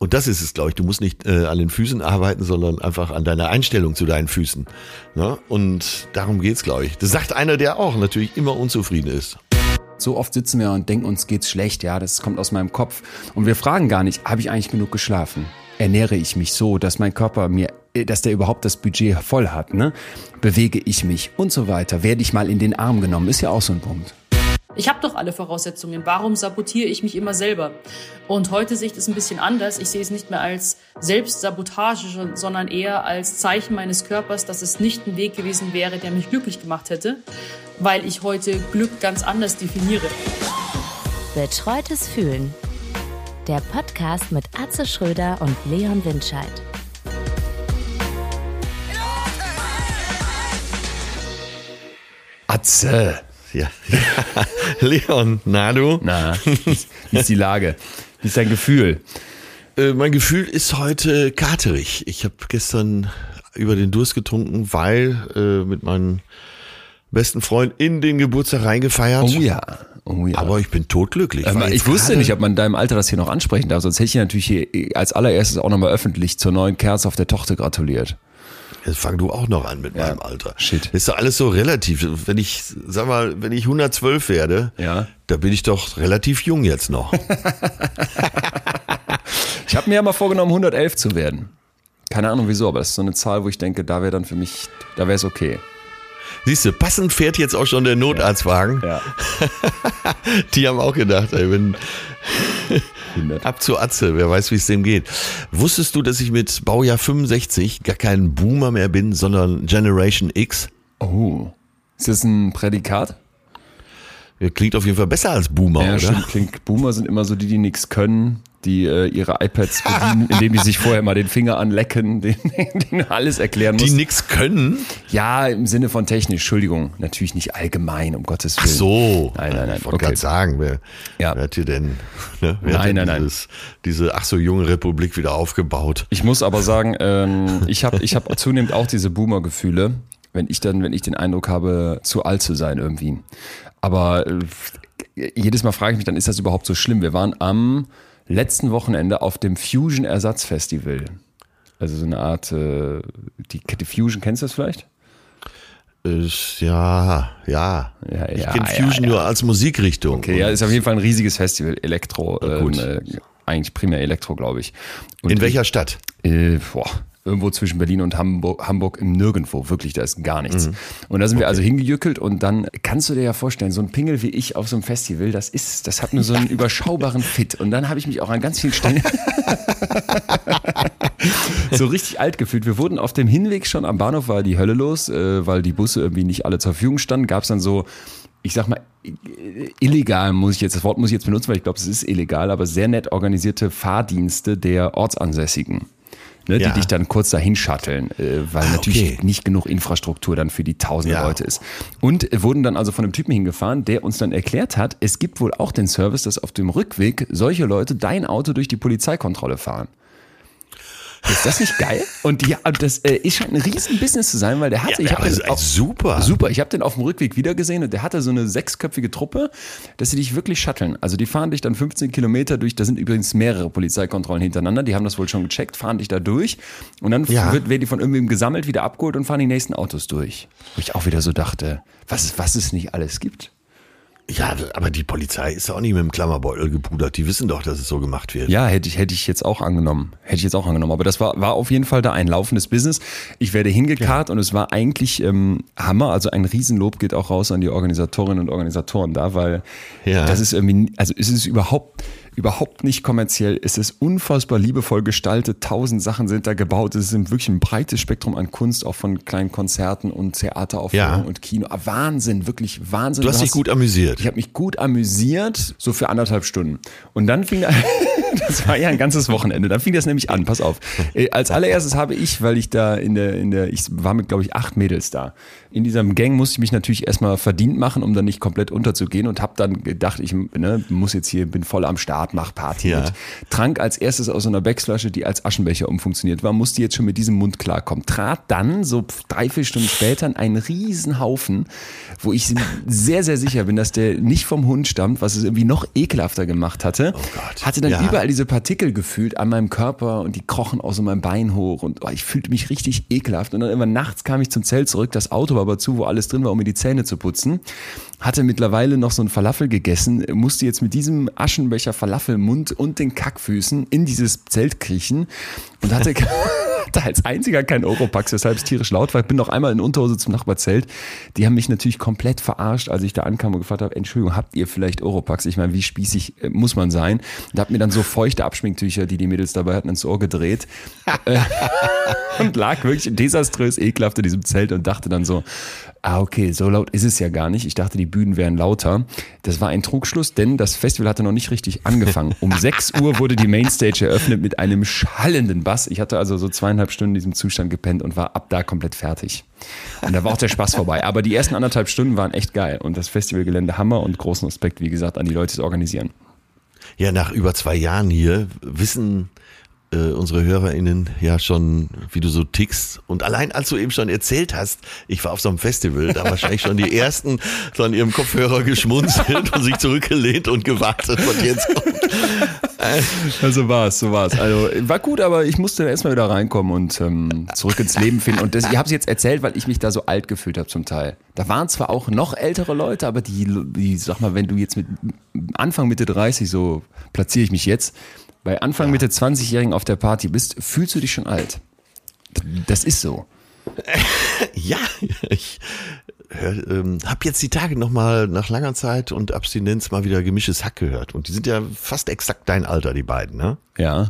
Und das ist es, glaube ich. Du musst nicht an den Füßen arbeiten, sondern einfach an deiner Einstellung zu deinen Füßen. Ne? Und darum geht's, glaube ich. Das sagt einer, der auch natürlich immer unzufrieden ist. So oft sitzen wir und denken, uns geht's schlecht, ja, das kommt aus meinem Kopf. Und wir fragen gar nicht, habe ich eigentlich genug geschlafen? Ernähre ich mich so, dass mein Körper dass der überhaupt das Budget voll hat, ne? Bewege ich mich und so weiter? Werde ich mal in den Arm genommen? Ist ja auch so ein Punkt. Ich habe doch alle Voraussetzungen. Warum sabotiere ich mich immer selber? Und heute sehe ich das ein bisschen anders. Ich sehe es nicht mehr als Selbstsabotage, sondern eher als Zeichen meines Körpers, dass es nicht ein Weg gewesen wäre, der mich glücklich gemacht hätte, weil ich heute Glück ganz anders definiere. Betreutes Fühlen. Der Podcast mit Atze Schröder und Leon Windscheid. Atze. Ja. Leon, na du? Na, wie ist die Lage? Wie ist dein Gefühl? Mein Gefühl ist heute katerig. Ich habe gestern über den Durst getrunken, weil mit meinem besten Freund in den Geburtstag reingefeiert. Oh ja. Aber ich bin totglücklich. Ich wusste nicht, ob man in deinem Alter das hier noch ansprechen darf. Sonst hätte ich natürlich hier als allererstes auch nochmal öffentlich zur neuen Kerze auf der Tochter gratuliert. Jetzt fang du auch noch an mit meinem Alter. Shit. Ist doch alles so relativ. Wenn ich 112 werde, ja, da bin ich doch relativ jung jetzt noch. Ich habe mir ja mal vorgenommen, 111 zu werden. Keine Ahnung wieso, aber das ist so eine Zahl, wo ich denke, da wäre dann für mich, da wäre es okay. Siehst du, passend fährt jetzt auch schon der Notarztwagen. Ja. Die haben auch gedacht, ey, wenn ab zu Atze, wer weiß, wie es dem geht. Wusstest du, dass ich mit Baujahr 65 gar kein Boomer mehr bin, sondern Generation X? Oh, ist das ein Prädikat? Klingt auf jeden Fall besser als Boomer, ja, oder? Stimmt, klingt. Boomer sind immer so die nichts können, die ihre iPads bedienen, indem die sich vorher mal den Finger anlecken, denen alles erklären muss. Die nichts können? Ja, im Sinne von technisch, Entschuldigung, natürlich nicht allgemein, um Gottes Willen. Ach so. Nein. Ich wollte gerade sagen, wer hat hier denn, Nein. diese ach so junge Republik wieder aufgebaut? Ich muss aber sagen, ich hab zunehmend auch diese Boomer-Gefühle, wenn ich den Eindruck habe, zu alt zu sein irgendwie. Aber jedes Mal frage ich mich dann, ist das überhaupt so schlimm? Wir waren am letzten Wochenende auf dem Fusion Ersatzfestival. Also so eine Art, die Fusion, kennst du das vielleicht? Ja. Ich kenne Fusion nur als Musikrichtung. Okay, ja, ist auf jeden Fall ein riesiges Festival, Elektro. Eigentlich primär Elektro, glaube ich. Und in welcher Stadt? Irgendwo zwischen Berlin und Hamburg im Nirgendwo, wirklich, da ist gar nichts. Und da sind wir also hingejückelt und dann kannst du dir ja vorstellen, so ein Pingel wie ich auf so einem Festival, das hat nur so einen überschaubaren Fit. Und dann habe ich mich auch an ganz vielen Stellen so richtig alt gefühlt. Wir wurden auf dem Hinweg schon am Bahnhof, war die Hölle los, weil die Busse irgendwie nicht alle zur Verfügung standen, gab es dann so, ich sag mal, illegal das Wort muss ich jetzt benutzen, weil ich glaube, es ist illegal, aber sehr nett organisierte Fahrdienste der Ortsansässigen. Die dich dann kurz dahin shutteln, weil natürlich nicht genug Infrastruktur dann für die tausende Leute ist. Und wurden dann also von einem Typen hingefahren, der uns dann erklärt hat, es gibt wohl auch den Service, dass auf dem Rückweg solche Leute dein Auto durch die Polizeikontrolle fahren. Ist das nicht geil? Und das scheint ein riesen Business zu sein, weil der hatte, super, ich habe den auf dem Rückweg wieder gesehen und der hatte so eine 6-köpfige Truppe, dass sie dich wirklich shutteln. Also die fahren dich dann 15 Kilometer durch, da sind übrigens mehrere Polizeikontrollen hintereinander, die haben das wohl schon gecheckt, fahren dich da durch und dann werden die von irgendwem gesammelt, wieder abgeholt und fahren die nächsten Autos durch. Wo ich auch wieder so dachte, was es nicht alles gibt. Ja, aber die Polizei ist auch nicht mit dem Klammerbeutel gepudert. Die wissen doch, dass es so gemacht wird. Ja, hätte ich jetzt auch angenommen. Aber das war auf jeden Fall da ein laufendes Business. Ich werde hingekarrt und es war eigentlich Hammer. Also ein Riesenlob geht auch raus an die Organisatorinnen und Organisatoren da, weil das ist irgendwie, also es ist überhaupt nicht kommerziell. Es ist unfassbar liebevoll gestaltet. 1000 Sachen sind da gebaut. Es ist wirklich ein breites Spektrum an Kunst, auch von kleinen Konzerten und Theateraufführungen und Kino. Wahnsinn, wirklich Wahnsinn. Du hast dich gut amüsiert. Ich habe mich gut amüsiert, so für 1,5 Stunden. Und dann fing das war ja ein ganzes Wochenende. Dann fing das nämlich an. Pass auf. Als allererstes habe ich, weil ich da ich war mit, glaube ich, 8 Mädels da. In diesem Gang musste ich mich natürlich erstmal verdient machen, um dann nicht komplett unterzugehen und habe dann gedacht, ich bin voll am Start. Abmachparty mit. Trank als erstes aus so einer Becksflasche, die als Aschenbecher umfunktioniert war, musste jetzt schon mit diesem Mund klarkommen. Trat dann so 3-4 Stunden später in einen riesen Haufen, wo ich sehr, sehr sicher bin, dass der nicht vom Hund stammt, was es irgendwie noch ekelhafter gemacht hatte. Oh Gott. Hatte dann überall diese Partikel gefühlt an meinem Körper und die krochen aus so meinem Bein hoch und ich fühlte mich richtig ekelhaft. Und dann immer nachts kam ich zum Zelt zurück, das Auto war aber zu, wo alles drin war, um mir die Zähne zu putzen. Hatte mittlerweile noch so einen Falafel gegessen, musste jetzt mit diesem Aschenbecher Falafelmund und den Kackfüßen in dieses Zelt kriechen und hatte als einziger kein Oropax, weshalb es tierisch laut war. Ich bin noch einmal in Unterhose zum Nachbarzelt. Die haben mich natürlich komplett verarscht, als ich da ankam und gefragt habe, Entschuldigung, habt ihr vielleicht Oropax? Ich meine, wie spießig muss man sein? Und hab mir dann so feuchte Abschminktücher, die Mädels dabei hatten, ins Ohr gedreht und lag wirklich desaströs ekelhaft in diesem Zelt und dachte dann so, okay, so laut ist es ja gar nicht. Ich dachte, die Bühnen wären lauter. Das war ein Trugschluss, denn das Festival hatte noch nicht richtig angefangen. Um 6 Uhr wurde die Mainstage eröffnet mit einem schallenden Bass. Ich hatte also so 2,5 Stunden in diesem Zustand gepennt und war ab da komplett fertig. Und da war auch der Spaß vorbei. Aber die ersten 1,5 Stunden waren echt geil. Und das Festivalgelände Hammer und großen Respekt, wie gesagt, an die Leute, die es organisieren. Ja, nach über 2 Jahren hier wissen unsere HörerInnen ja schon, wie du so tickst. Und allein als du eben schon erzählt hast, ich war auf so einem Festival, da wahrscheinlich schon die ersten so an ihrem Kopfhörer geschmunzelt und sich zurückgelehnt und gewartet, was jetzt kommt. So war's. Also war gut, aber ich musste erstmal wieder reinkommen und zurück ins Leben finden. Und ich habe es jetzt erzählt, weil ich mich da so alt gefühlt habe zum Teil. Da waren zwar auch noch ältere Leute, aber die sag mal, wenn du jetzt mit Anfang, Mitte 30, so platziere ich mich jetzt, bei Anfang, Mitte 20-Jährigen auf der Party bist, fühlst du dich schon alt. Das ist so. Ja, ich habe jetzt die Tage nochmal nach langer Zeit und Abstinenz mal wieder Gemischtes Hack gehört. Und die sind ja fast exakt dein Alter, die beiden, ne? Ja.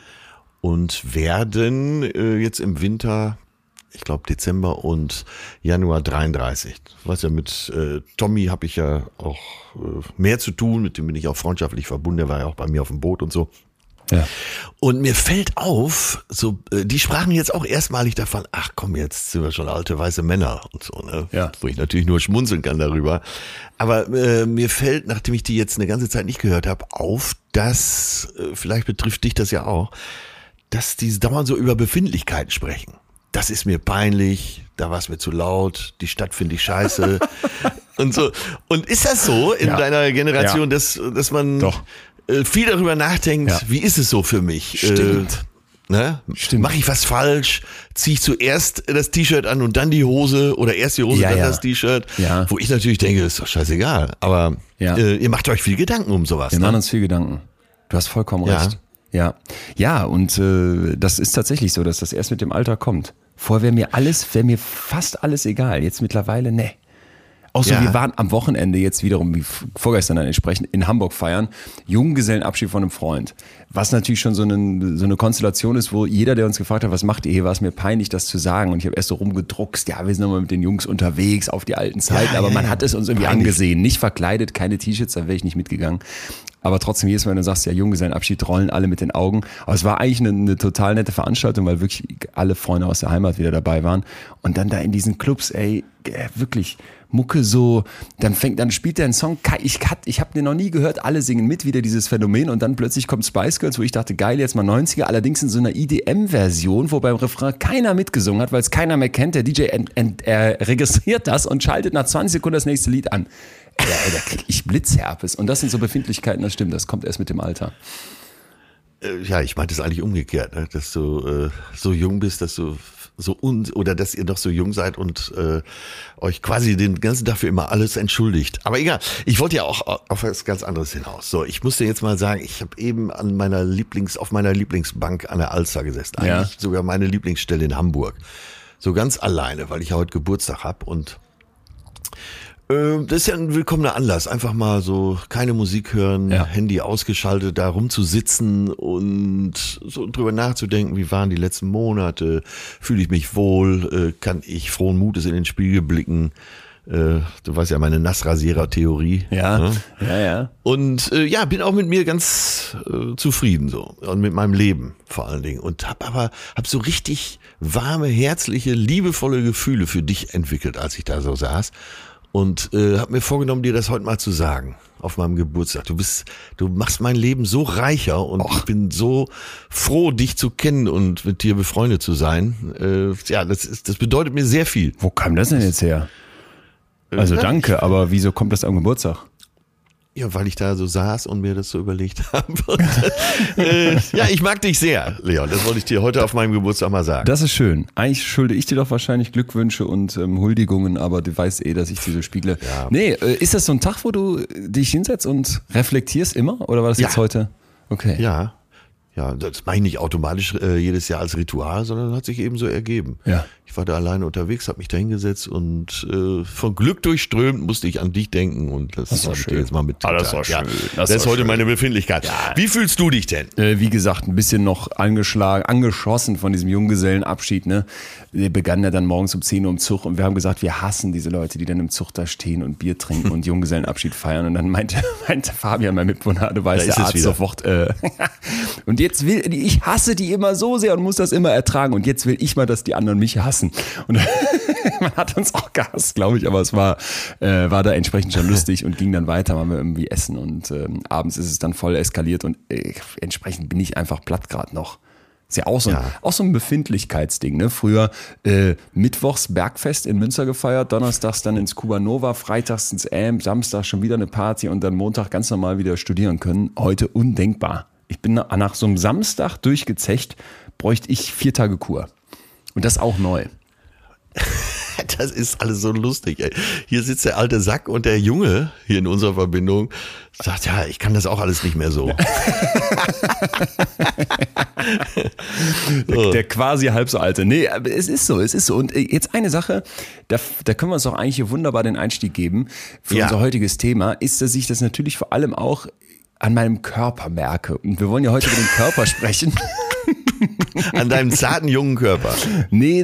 Und werden jetzt im Winter, ich glaube Dezember und Januar 33. Weißt ja, mit Tommy habe ich ja auch mehr zu tun, mit dem bin ich auch freundschaftlich verbunden, der war ja auch bei mir auf dem Boot und so. Ja. Und mir fällt auf, so die sprachen jetzt auch erstmalig davon, ach komm, jetzt sind wir schon alte weiße Männer und so, ne? Ja. Wo ich natürlich nur schmunzeln kann darüber. Aber mir fällt, nachdem ich die jetzt eine ganze Zeit nicht gehört habe, auf, dass, vielleicht betrifft dich das ja auch, dass die dauernd so über Befindlichkeiten sprechen. Das ist mir peinlich, da war es mir zu laut, die Stadt finde ich scheiße und so. Und ist das so in deiner Generation, dass man Doch. Viel darüber nachdenkt, wie ist es so für mich? Stimmt. Stimmt. Mache ich was falsch? Ziehe ich zuerst das T-Shirt an und dann die Hose oder erst die Hose, dann das T-Shirt? Ja. Wo ich natürlich denke, das ist doch scheißegal. Aber ihr macht euch viel Gedanken um sowas. Wir machen uns viel Gedanken. Du hast vollkommen recht. Ja, und das ist tatsächlich so, dass das erst mit dem Alter kommt. Vorher wäre mir fast alles egal. Jetzt mittlerweile, ne. Außer wir waren am Wochenende jetzt wiederum, wie vorgestern dann entsprechend, in Hamburg feiern, Junggesellenabschied von einem Freund. Was natürlich schon so eine Konstellation ist, wo jeder, der uns gefragt hat, was macht ihr hier, war es mir peinlich, das zu sagen. Und ich habe erst so rumgedruckst, wir sind nochmal mit den Jungs unterwegs auf die alten Zeiten, aber man hat es uns irgendwie angesehen. Nicht verkleidet, keine T-Shirts, da wäre ich nicht mitgegangen. Aber trotzdem, jedes Mal, wenn du sagst, ja, Junggesellenabschied, rollen alle mit den Augen. Aber es war eigentlich eine total nette Veranstaltung, weil wirklich alle Freunde aus der Heimat wieder dabei waren. Und dann da in diesen Clubs, wirklich Mucke so, dann spielt der einen Song, ich habe den noch nie gehört, alle singen mit, wieder dieses Phänomen und dann plötzlich kommt Spice Girls, wo ich dachte, geil, jetzt mal 90er, allerdings in so einer IDM-Version, wo beim Refrain keiner mitgesungen hat, weil es keiner mehr kennt, der DJ registriert das und schaltet nach 20 Sekunden das nächste Lied an. Da krieg ich Blitzherpes und das sind so Befindlichkeiten, das stimmt, das kommt erst mit dem Alter. Ja, ich meinte es eigentlich umgekehrt, ne? Dass du so jung bist, dass du oder dass ihr noch so jung seid und euch quasi den ganzen Tag für immer alles entschuldigt. Aber egal, ich wollte ja auch auf was ganz anderes hinaus. So, ich musste jetzt mal sagen, ich habe eben auf meiner Lieblingsbank an der Alster gesessen. Eigentlich sogar meine Lieblingsstelle in Hamburg. So ganz alleine, weil ich ja heute Geburtstag habe und das ist ja ein willkommener Anlass, einfach mal so keine Musik hören, Handy ausgeschaltet, da rumzusitzen und so drüber nachzudenken, wie waren die letzten Monate, fühle ich mich wohl, kann ich frohen Mutes in den Spiegel blicken, du weißt ja meine Nassrasierer-Theorie. Ja. Und bin auch mit mir ganz zufrieden so und mit meinem Leben vor allen Dingen und hab so richtig warme, herzliche, liebevolle Gefühle für dich entwickelt, als ich da so saß. und habe mir vorgenommen, dir das heute mal zu sagen. Auf meinem Geburtstag. Du machst mein Leben so reicher und ich bin so froh, dich zu kennen und mit dir befreundet zu sein. Das bedeutet mir sehr viel. Wo kam das denn jetzt her? Also danke, aber wieso kommt das am Geburtstag? Ja, weil ich da so saß und mir das so überlegt habe. Und, ich mag dich sehr, Leon. Das wollte ich dir heute auf meinem Geburtstag mal sagen. Das ist schön. Eigentlich schulde ich dir doch wahrscheinlich Glückwünsche und Huldigungen, aber du weißt dass ich sie so spiegle. Ja. Nee, ist das so ein Tag, wo du dich hinsetzt und reflektierst immer? Oder war das jetzt heute? Okay. Ja. Ja, das mache ich nicht automatisch jedes Jahr als Ritual, sondern hat sich eben so ergeben. Ja. Ich war da alleine unterwegs, habe mich da hingesetzt und von Glück durchströmt musste ich an dich denken und das war habe ich schön. dir jetzt mal mitteilen. Das war schön. Das ist heute meine Befindlichkeit. Ja. Wie fühlst du dich denn? Wie gesagt, ein bisschen noch angeschossen von diesem Junggesellenabschied. Ne? Wir begannen ja dann morgens um 10 Uhr im Zug und wir haben gesagt, wir hassen diese Leute, die dann im Zug da stehen und Bier trinken und Junggesellenabschied feiern. Und dann meinte Fabian, mein Mitbewohner, du weißt, der Arzt sofort. Und jetzt ich hasse die immer so sehr und muss das immer ertragen. Und jetzt will ich mal, dass die anderen mich hassen. Und man hat uns auch gehasst, glaube ich, aber es war da entsprechend schon lustig und ging dann weiter, waren wir irgendwie essen und abends ist es dann voll eskaliert und entsprechend bin ich einfach platt gerade noch. Ist ja auch so ein Befindlichkeitsding, ne? Früher mittwochs Bergfest in Münster gefeiert, donnerstags dann ins Kuba Nova, freitags ins Amp, Samstag schon wieder eine Party und dann Montag ganz normal wieder studieren können. Heute undenkbar. Ich bin nach so einem Samstag durchgezecht, bräuchte ich 4 Tage Kur. Und das auch neu. Das ist alles so lustig, ey. Hier sitzt der alte Sack und der Junge hier in unserer Verbindung sagt, ja, ich kann das auch alles nicht mehr so. Der quasi halb so alte. Nee, aber es ist so. Und jetzt eine Sache, da können wir uns doch eigentlich hier wunderbar den Einstieg geben für unser heutiges Thema, ist, dass ich das natürlich vor allem auch an meinem Körper merke. Und wir wollen ja heute über den Körper sprechen. An deinem zarten, jungen Körper. Nee,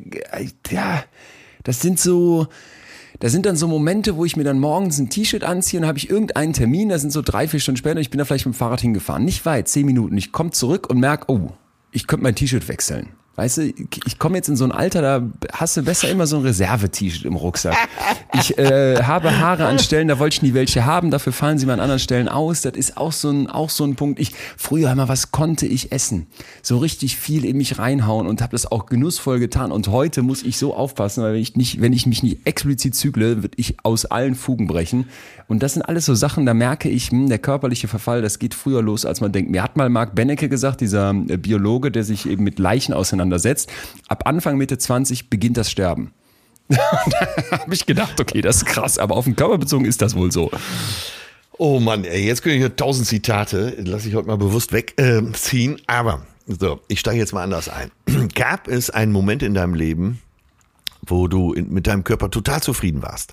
das sind dann so Momente, wo ich mir dann morgens ein T-Shirt anziehe und habe ich irgendeinen Termin, das sind so 3-4 Stunden später, ich bin da vielleicht mit dem Fahrrad hingefahren. Nicht weit, 10 Minuten. Ich komme zurück und merke, ich könnte mein T-Shirt wechseln. Weißt du, ich komme jetzt in so ein Alter, da hast du besser immer so ein Reserve-T-Shirt im Rucksack. Ich habe Haare an Stellen, da wollte ich nie welche haben, dafür fallen sie mir an anderen Stellen aus. Das ist auch so ein Punkt. Früher einmal, was konnte ich essen? So richtig viel in mich reinhauen und habe das auch genussvoll getan. Und heute muss ich so aufpassen, weil wenn ich mich nicht explizit zügle, würde ich aus allen Fugen brechen. Und das sind alles so Sachen, da merke ich, der körperliche Verfall, das geht früher los, als man denkt. Mir hat mal Marc Benecke gesagt, dieser Biologe, der sich eben mit Leichen auseinandersetzt, ab Anfang Mitte 20 beginnt das Sterben. Da habe ich gedacht, okay, das ist krass, aber auf den Körper bezogen ist das wohl so. Oh Mann, ey, jetzt können hier 1000 Zitate, lasse ich heute mal bewusst wegziehen, aber so, ich steige jetzt mal anders ein. Gab es einen Moment in deinem Leben, wo du mit deinem Körper total zufrieden warst?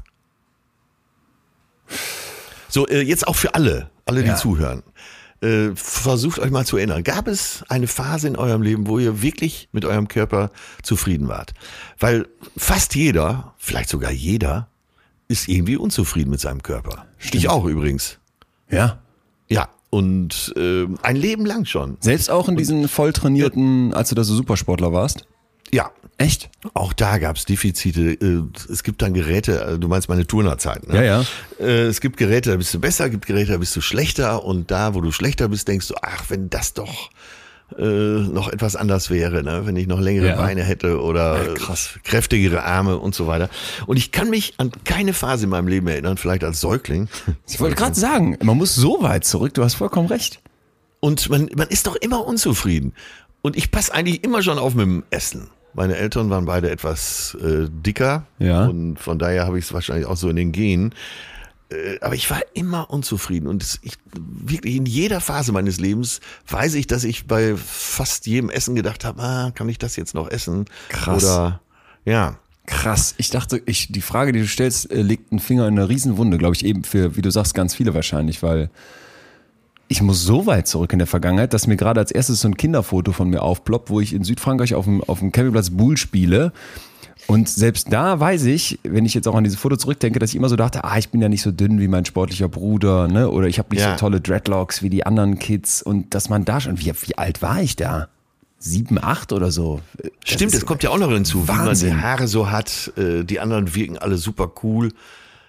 So, jetzt auch für alle, die zuhören. Versucht euch mal zu erinnern. Gab es eine Phase in eurem Leben, wo ihr wirklich mit eurem Körper zufrieden wart? Weil fast jeder, vielleicht sogar jeder, ist irgendwie unzufrieden mit seinem Körper. Stimmt. Ich auch übrigens. Ja? Ja, und ein Leben lang schon. Selbst auch in diesen voll trainierten, als du da so Supersportler warst? Ja. Echt? Auch da gab es Defizite. Es gibt dann Geräte, du meinst meine Turnerzeit, ne? Ja. Es gibt Geräte, da bist du besser, gibt Geräte, da bist du schlechter. Und da, wo du schlechter bist, denkst du, ach, wenn das doch noch etwas anders wäre, ne? Wenn ich noch längere Beine hätte oder kräftigere Arme und so weiter. Und ich kann mich an keine Phase in meinem Leben erinnern, vielleicht als Säugling. Ich wollte gerade sagen, man muss so weit zurück, du hast vollkommen recht. Und man ist doch immer unzufrieden. Und ich passe eigentlich immer schon auf mit dem Essen. Meine Eltern waren beide etwas dicker und von daher habe ich es wahrscheinlich auch so in den Genen. Aber ich war immer unzufrieden und wirklich in jeder Phase meines Lebens weiß ich, dass ich bei fast jedem Essen gedacht habe, kann ich das jetzt noch essen? Krass. Oder ja. Krass. Ich dachte, die Frage, die du stellst, legt einen Finger in eine Riesenwunde, glaube ich, eben für, wie du sagst, ganz viele wahrscheinlich, weil ich muss so weit zurück in der Vergangenheit, dass mir gerade als erstes so ein Kinderfoto von mir aufploppt, wo ich in Südfrankreich auf dem Campingplatz Boule spiele. Und selbst da weiß ich, wenn ich jetzt auch an dieses Foto zurückdenke, dass ich immer so dachte, ich bin ja nicht so dünn wie mein sportlicher Bruder, ne? Oder ich habe nicht so tolle Dreadlocks wie die anderen Kids. Und dass man da schon, wie alt war ich da? 7, 8 oder so. Stimmt, das kommt ja auch noch hinzu, Wahnsinn. wie man die Haare so hat. Die anderen wirken alle super cool.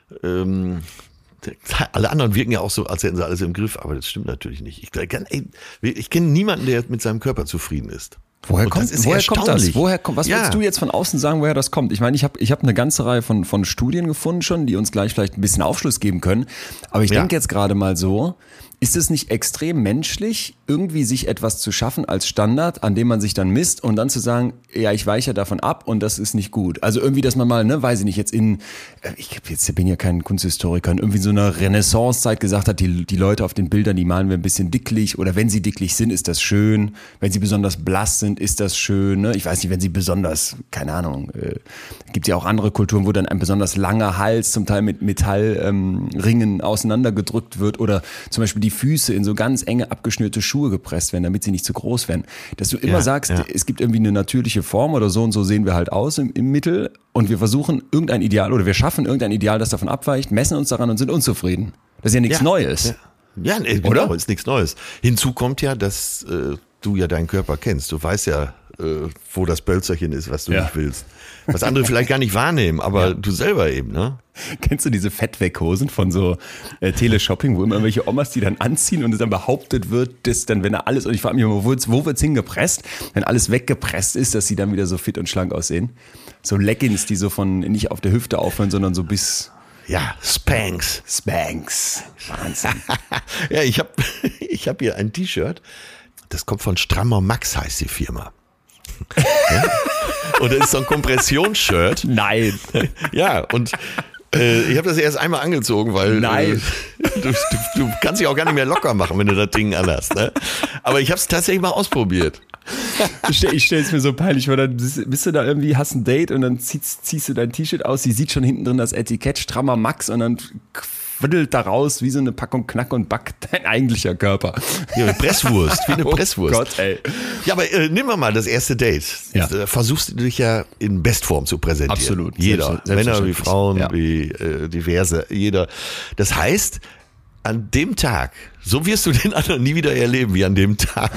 alle anderen wirken ja auch so, als hätten sie alles im Griff, aber das stimmt natürlich nicht. Ich kenne niemanden, der mit seinem Körper zufrieden ist. Woher kommt das? Was würdest du jetzt von außen sagen, woher das kommt? Ich meine, ich hab eine ganze Reihe von Studien gefunden schon, die uns gleich vielleicht ein bisschen Aufschluss geben können. Aber ich denke jetzt gerade mal so, ist es nicht extrem menschlich, irgendwie sich etwas zu schaffen als Standard, an dem man sich dann misst und dann zu sagen, ja, ich weiche davon ab und das ist nicht gut. Also irgendwie, dass man mal, weiß ich nicht, ich bin ja kein Kunsthistoriker, in irgendwie so einer Renaissance-Zeit gesagt hat, die Leute auf den Bildern, die malen wir ein bisschen dicklich oder wenn sie dicklich sind, ist das schön. Wenn sie besonders blass sind, ist das schön. Ne? Ich weiß nicht, wenn sie besonders, keine Ahnung, gibt ja auch andere Kulturen, wo dann ein besonders langer Hals zum Teil mit Metallringen auseinandergedrückt wird oder zum Beispiel die Füße in so ganz enge abgeschnürte Schuhe gepresst werden, damit sie nicht zu groß werden. Dass du immer sagst, es gibt irgendwie eine natürliche Form oder so und so sehen wir halt aus im Mittel und wir versuchen irgendein Ideal oder wir schaffen irgendein Ideal, das davon abweicht, messen uns daran und sind unzufrieden. Das ist ja nichts Neues. Ja, genau, ist nichts Neues. Hinzu kommt ja, dass du ja deinen Körper kennst. Du weißt ja, wo das Bölzerchen ist, was du nicht willst. Was andere vielleicht gar nicht wahrnehmen, aber du selber eben, ne? Kennst du diese Fettweghosen von so Teleshopping, wo immer irgendwelche Omas die dann anziehen und es dann behauptet wird, dass dann, wenn er alles, und ich frage mich immer, wo wird's hingepresst? Wenn alles weggepresst ist, dass sie dann wieder so fit und schlank aussehen. So Leggings, die so von nicht auf der Hüfte aufhören, sondern so bis... Ja, Spanx. Wahnsinn. Ja, ich hab hier ein T-Shirt, das kommt von Strammer Max, heißt die Firma. Ja? Und das ist so ein Kompressionsshirt. Nein. Ja, und ich habe das erst einmal angezogen, weil du kannst dich auch gar nicht mehr locker machen, wenn du das Ding anhast. Ne? Aber ich habe es tatsächlich mal ausprobiert. Ich stelle es mir so peinlich vor, dann bist du da irgendwie, hast ein Date und dann ziehst du dein T-Shirt aus, sie sieht schon hinten drin das Etikett, Strammer Max und dann quaddelt da raus wie so eine Packung Knack und Back dein eigentlicher Körper. Ja, eine Presswurst, wie eine Presswurst. Oh Gott, ey. Ja, aber nehmen wir mal das erste Date. Ja. Versuchst du dich ja in Bestform zu präsentieren. Absolut. Jeder, Männer wie Frauen, ja. wie diverse, jeder. Das heißt, an dem Tag, so wirst du den anderen nie wieder erleben wie an dem Tag.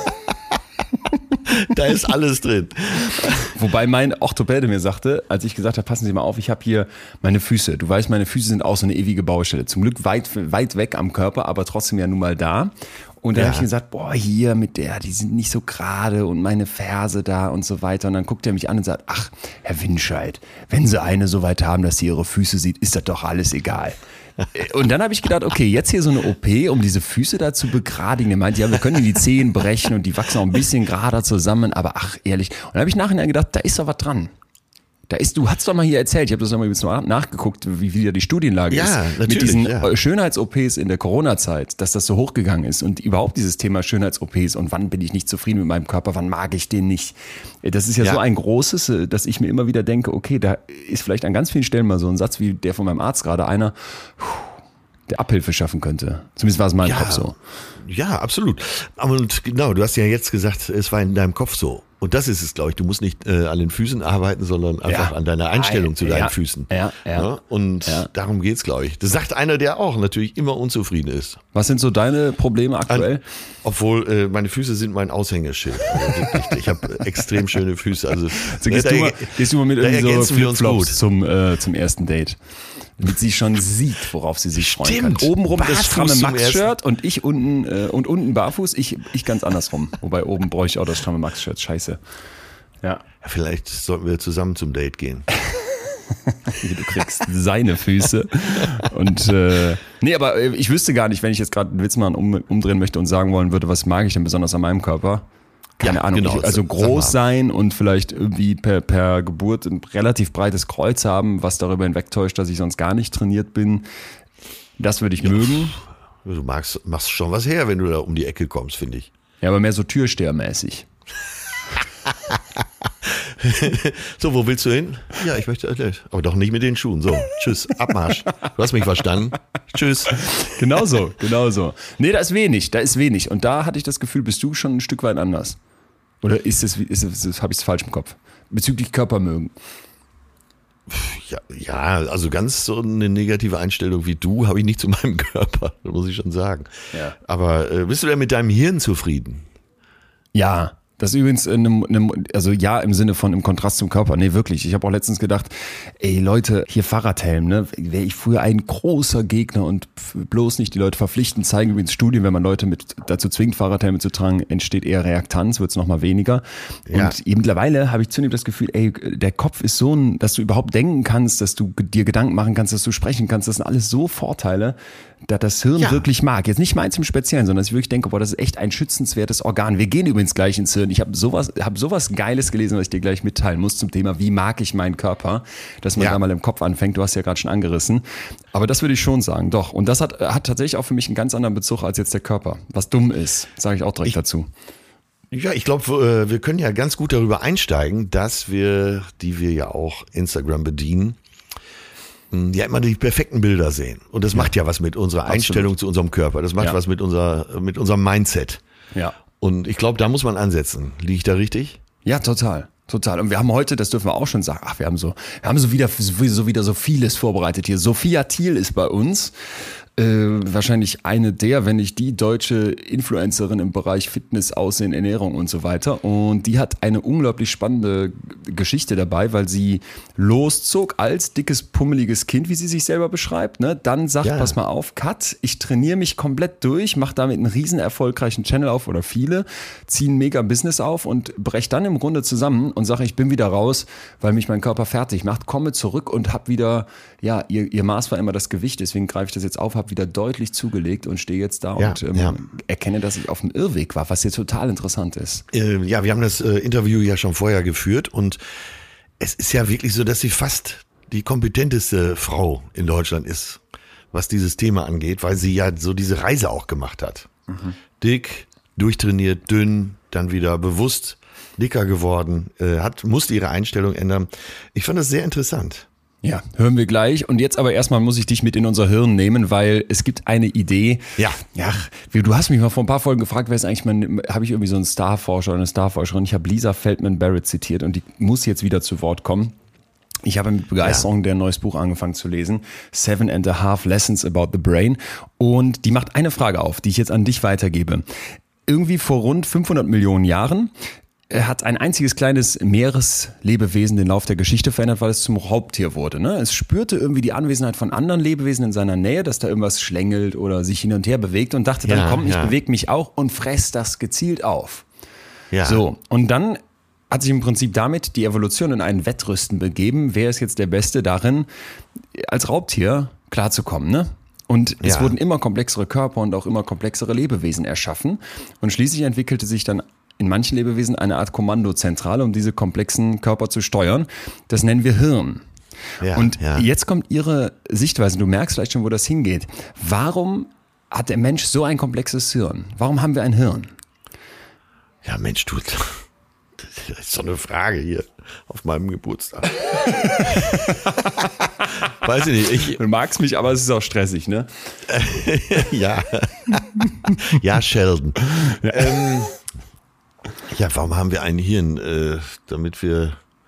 Da ist alles drin. Wobei mein Orthopäde mir sagte, als ich gesagt habe, passen Sie mal auf, ich habe hier meine Füße. Du weißt, meine Füße sind auch so eine ewige Baustelle. Zum Glück weit weg am Körper, aber trotzdem ja nun mal da. Und dann habe ich gesagt, hier mit die sind nicht so gerade und meine Ferse da und so weiter. Und dann guckt er mich an und sagt, ach, Herr Winscheid, wenn Sie eine so weit haben, dass sie Ihre Füße sieht, ist das doch alles egal. Und dann habe ich gedacht, okay, jetzt hier so eine OP, um diese Füße da zu begradigen. Er meint, ja, wir können die Zehen brechen und die wachsen auch ein bisschen gerader zusammen, aber ach, ehrlich. Und dann habe ich nachher gedacht, da ist doch was dran. Du hast doch mal hier erzählt, ich habe das noch mal ein bisschen nachgeguckt, wie wieder die Studienlage ist. Mit diesen Schönheits-OPs in der Corona-Zeit, dass das so hochgegangen ist und überhaupt dieses Thema Schönheits-OPs und wann bin ich nicht zufrieden mit meinem Körper, wann mag ich den nicht. Das ist ja so ein großes, dass ich mir immer wieder denke, okay, da ist vielleicht an ganz vielen Stellen mal so ein Satz wie der von meinem Arzt gerade einer, der Abhilfe schaffen könnte. Zumindest war es in meinem Kopf so. Ja, absolut. Und genau, du hast ja jetzt gesagt, es war in deinem Kopf so. Und das ist es, glaube ich. Du musst nicht an den Füßen arbeiten, sondern einfach an deiner Einstellung zu deinen Füßen. Ja? Und darum geht's, glaube ich. Das sagt einer, der auch natürlich immer unzufrieden ist. Was sind so deine Probleme aktuell? Obwohl, meine Füße sind mein Aushängeschild. Also wirklich, ich habe extrem schöne Füße. Also gehst du mal mit irgendwie so Flipflops zum ersten Date. Damit sie schon sieht, worauf sie sich freuen kann. Obenrum das stramme Max-Shirt und ich unten barfuß, ich ganz andersrum. Wobei oben bräuchte ich auch das stramme Max-Shirt. Scheiße. Ja. Vielleicht sollten wir zusammen zum Date gehen. Du kriegst seine Füße. Und nee, aber ich wüsste gar nicht, wenn ich jetzt gerade einen Witz mal umdrehen möchte und sagen wollen würde, was mag ich denn besonders an meinem Körper? Keine Ahnung, genau, also groß sein und vielleicht irgendwie per Geburt ein relativ breites Kreuz haben, was darüber hinwegtäuscht, dass ich sonst gar nicht trainiert bin. Das würde ich mögen. Du machst schon was her, wenn du da um die Ecke kommst, finde ich. Ja, aber mehr so Türstehermäßig. So, wo willst du hin? Ja, ich möchte, aber doch nicht mit den Schuhen. So, tschüss, Abmarsch. Du hast mich verstanden. Tschüss. Genau so. Nee, da ist wenig. Und da hatte ich das Gefühl, bist du schon ein Stück weit anders? Oder habe ich es falsch im Kopf? Bezüglich Körpermögen. Ja, also ganz so eine negative Einstellung wie du habe ich nicht zu meinem Körper, das muss ich schon sagen. Ja. Aber bist du denn mit deinem Hirn zufrieden? Ja, Das ist übrigens also ja im Sinne von im Kontrast zum Körper. Nee, wirklich. Ich habe auch letztens gedacht, ey Leute, hier Fahrradhelm, ne? Wäre ich früher ein großer Gegner und bloß nicht die Leute verpflichten, zeigen übrigens Studien, wenn man Leute dazu zwingt, Fahrradhelme zu tragen, entsteht eher Reaktanz, wird es nochmal weniger. Ja. Und mittlerweile habe ich zunehmend das Gefühl, ey, der Kopf ist so dass du überhaupt denken kannst, dass du dir Gedanken machen kannst, dass du sprechen kannst, das sind alles so Vorteile, da das Hirn wirklich mag. Jetzt nicht meins im Speziellen, sondern dass ich wirklich denke, boah, das ist echt ein schützenswertes Organ. Wir gehen übrigens gleich ins Hirn. Ich habe sowas Geiles gelesen, was ich dir gleich mitteilen muss zum Thema, wie mag ich meinen Körper, dass man da mal im Kopf anfängt. Du hast ja gerade schon angerissen. Aber das würde ich schon sagen, doch. Und das hat tatsächlich auch für mich einen ganz anderen Bezug als jetzt der Körper. Was dumm ist, sage ich auch direkt dazu. Ja, ich glaube, wir können ja ganz gut darüber einsteigen, dass die wir ja auch Instagram bedienen, ja immer die perfekten Bilder sehen. Und das macht ja was mit unserer Einstellung zu unserem Körper. Das macht was mit unserem Mindset. Ja. Und ich glaube, da muss man ansetzen. Liege ich da richtig? Ja, total. Total. Und wir haben heute, das dürfen wir auch schon sagen, wir haben wieder so vieles vorbereitet hier. Sophia Thiel ist bei uns. Wahrscheinlich eine der, wenn nicht die deutsche Influencerin im Bereich Fitness, Aussehen, Ernährung und so weiter. Und die hat eine unglaublich spannende Geschichte dabei, weil sie loszog als dickes, pummeliges Kind, wie sie sich selber beschreibt. Ne? Dann sagt, pass mal auf, Cut, ich trainiere mich komplett durch, mache damit einen riesen erfolgreichen Channel auf oder viele, ziehe ein mega Business auf und breche dann im Grunde zusammen und sage, ich bin wieder raus, weil mich mein Körper fertig macht, komme zurück und habe wieder, ihr Maß war immer das Gewicht, deswegen greife ich das jetzt auf, habe wieder deutlich zugelegt und stehe jetzt da und erkenne, dass ich auf dem Irrweg war, was hier total interessant ist. Wir haben das Interview ja schon vorher geführt und es ist ja wirklich so, dass sie fast die kompetenteste Frau in Deutschland ist, was dieses Thema angeht, weil sie ja so diese Reise auch gemacht hat. Mhm. Dick, durchtrainiert, dünn, dann wieder bewusst dicker geworden, musste ihre Einstellung ändern. Ich fand das sehr interessant. Ja, hören wir gleich. Und jetzt aber erstmal muss ich dich mit in unser Hirn nehmen, weil es gibt eine Idee. Ja, du hast mich mal vor ein paar Folgen gefragt, wer ist eigentlich habe ich irgendwie so einen Starforscher oder eine Starforscherin? Ich habe Lisa Feldman Barrett zitiert und die muss jetzt wieder zu Wort kommen. Ich habe mit Begeisterung deren neues Buch angefangen zu lesen, 7.5 Lessons About the Brain. Und die macht eine Frage auf, die ich jetzt an dich weitergebe. Irgendwie vor rund 500 Millionen Jahren hat ein einziges kleines Meereslebewesen den Lauf der Geschichte verändert, weil es zum Raubtier wurde. Ne? Es spürte irgendwie die Anwesenheit von anderen Lebewesen in seiner Nähe, dass da irgendwas schlängelt oder sich hin und her bewegt und dachte dann, komm, ich bewege mich auch und fress das gezielt auf. Ja. So, und dann hat sich im Prinzip damit die Evolution in ein Wettrüsten begeben. Wer ist jetzt der Beste darin, als Raubtier klarzukommen, ne? Und es wurden immer komplexere Körper und auch immer komplexere Lebewesen erschaffen. Und schließlich entwickelte sich dann in manchen Lebewesen eine Art Kommandozentrale, um diese komplexen Körper zu steuern. Das nennen wir Hirn. Und jetzt kommt ihre Sichtweise. Du merkst vielleicht schon, wo das hingeht. Warum hat der Mensch so ein komplexes Hirn? Warum haben wir ein Hirn? Ja, Mensch, das ist so eine Frage hier auf meinem Geburtstag. Weiß ich nicht. Du magst mich, aber es ist auch stressig, ne? Ja, Sheldon. Warum haben wir ein Hirn? Damit wir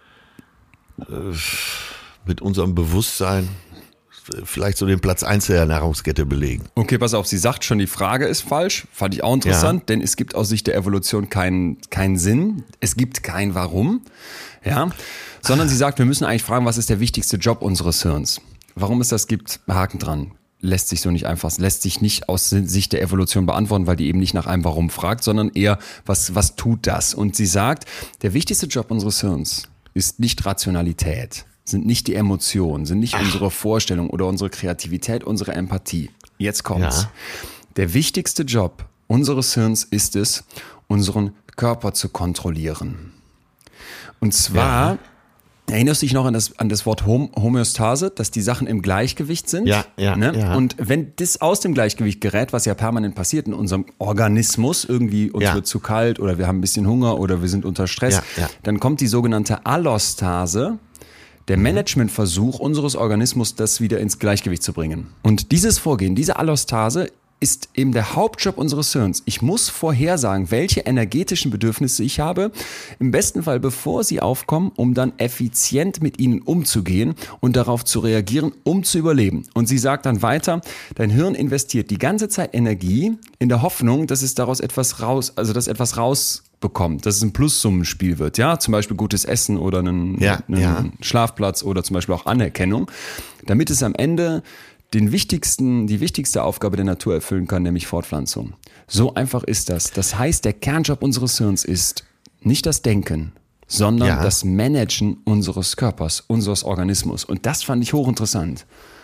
mit unserem Bewusstsein vielleicht so den Platz 1 der Nahrungskette belegen. Okay, pass auf, sie sagt schon, die Frage ist falsch. Fand ich auch interessant, denn es gibt aus Sicht der Evolution keinen Sinn. Es gibt kein Warum. Ja, sondern sie sagt, wir müssen eigentlich fragen, was ist der wichtigste Job unseres Hirns? Warum es das gibt, Haken dran. Lässt sich so nicht einfach, lässt sich nicht aus Sicht der Evolution beantworten, weil die eben nicht nach einem Warum fragt, sondern eher, was tut das? Und sie sagt, der wichtigste Job unseres Hirns ist nicht Rationalität, sind nicht die Emotionen, sind nicht unsere Vorstellung oder unsere Kreativität, unsere Empathie. Jetzt kommt's. Ja. Der wichtigste Job unseres Hirns ist es, unseren Körper zu kontrollieren. Und zwar... Erinnerst du dich noch an das Wort Homöostase, dass die Sachen im Gleichgewicht sind? Ja. Und wenn das aus dem Gleichgewicht gerät, was ja permanent passiert in unserem Organismus, irgendwie uns wird zu kalt oder wir haben ein bisschen Hunger oder wir sind unter Stress, dann kommt die sogenannte Allostase, der Managementversuch unseres Organismus, das wieder ins Gleichgewicht zu bringen. Und dieses Vorgehen, diese Allostase, ist eben der Hauptjob unseres Hirns. Ich muss vorhersagen, welche energetischen Bedürfnisse ich habe, im besten Fall bevor sie aufkommen, um dann effizient mit ihnen umzugehen und darauf zu reagieren, um zu überleben. Und sie sagt dann weiter, dein Hirn investiert die ganze Zeit Energie in der Hoffnung, dass es daraus etwas bekommt, dass es ein Plussummenspiel wird, ja, zum Beispiel gutes Essen oder einen Schlafplatz oder zum Beispiel auch Anerkennung, damit es am Ende die wichtigste Aufgabe der Natur erfüllen kann, nämlich Fortpflanzung. So einfach ist das. Das heißt, der Kernjob unseres Hirns ist nicht das Denken, sondern das Managen unseres Körpers, unseres Organismus. Und das fand ich hochinteressant.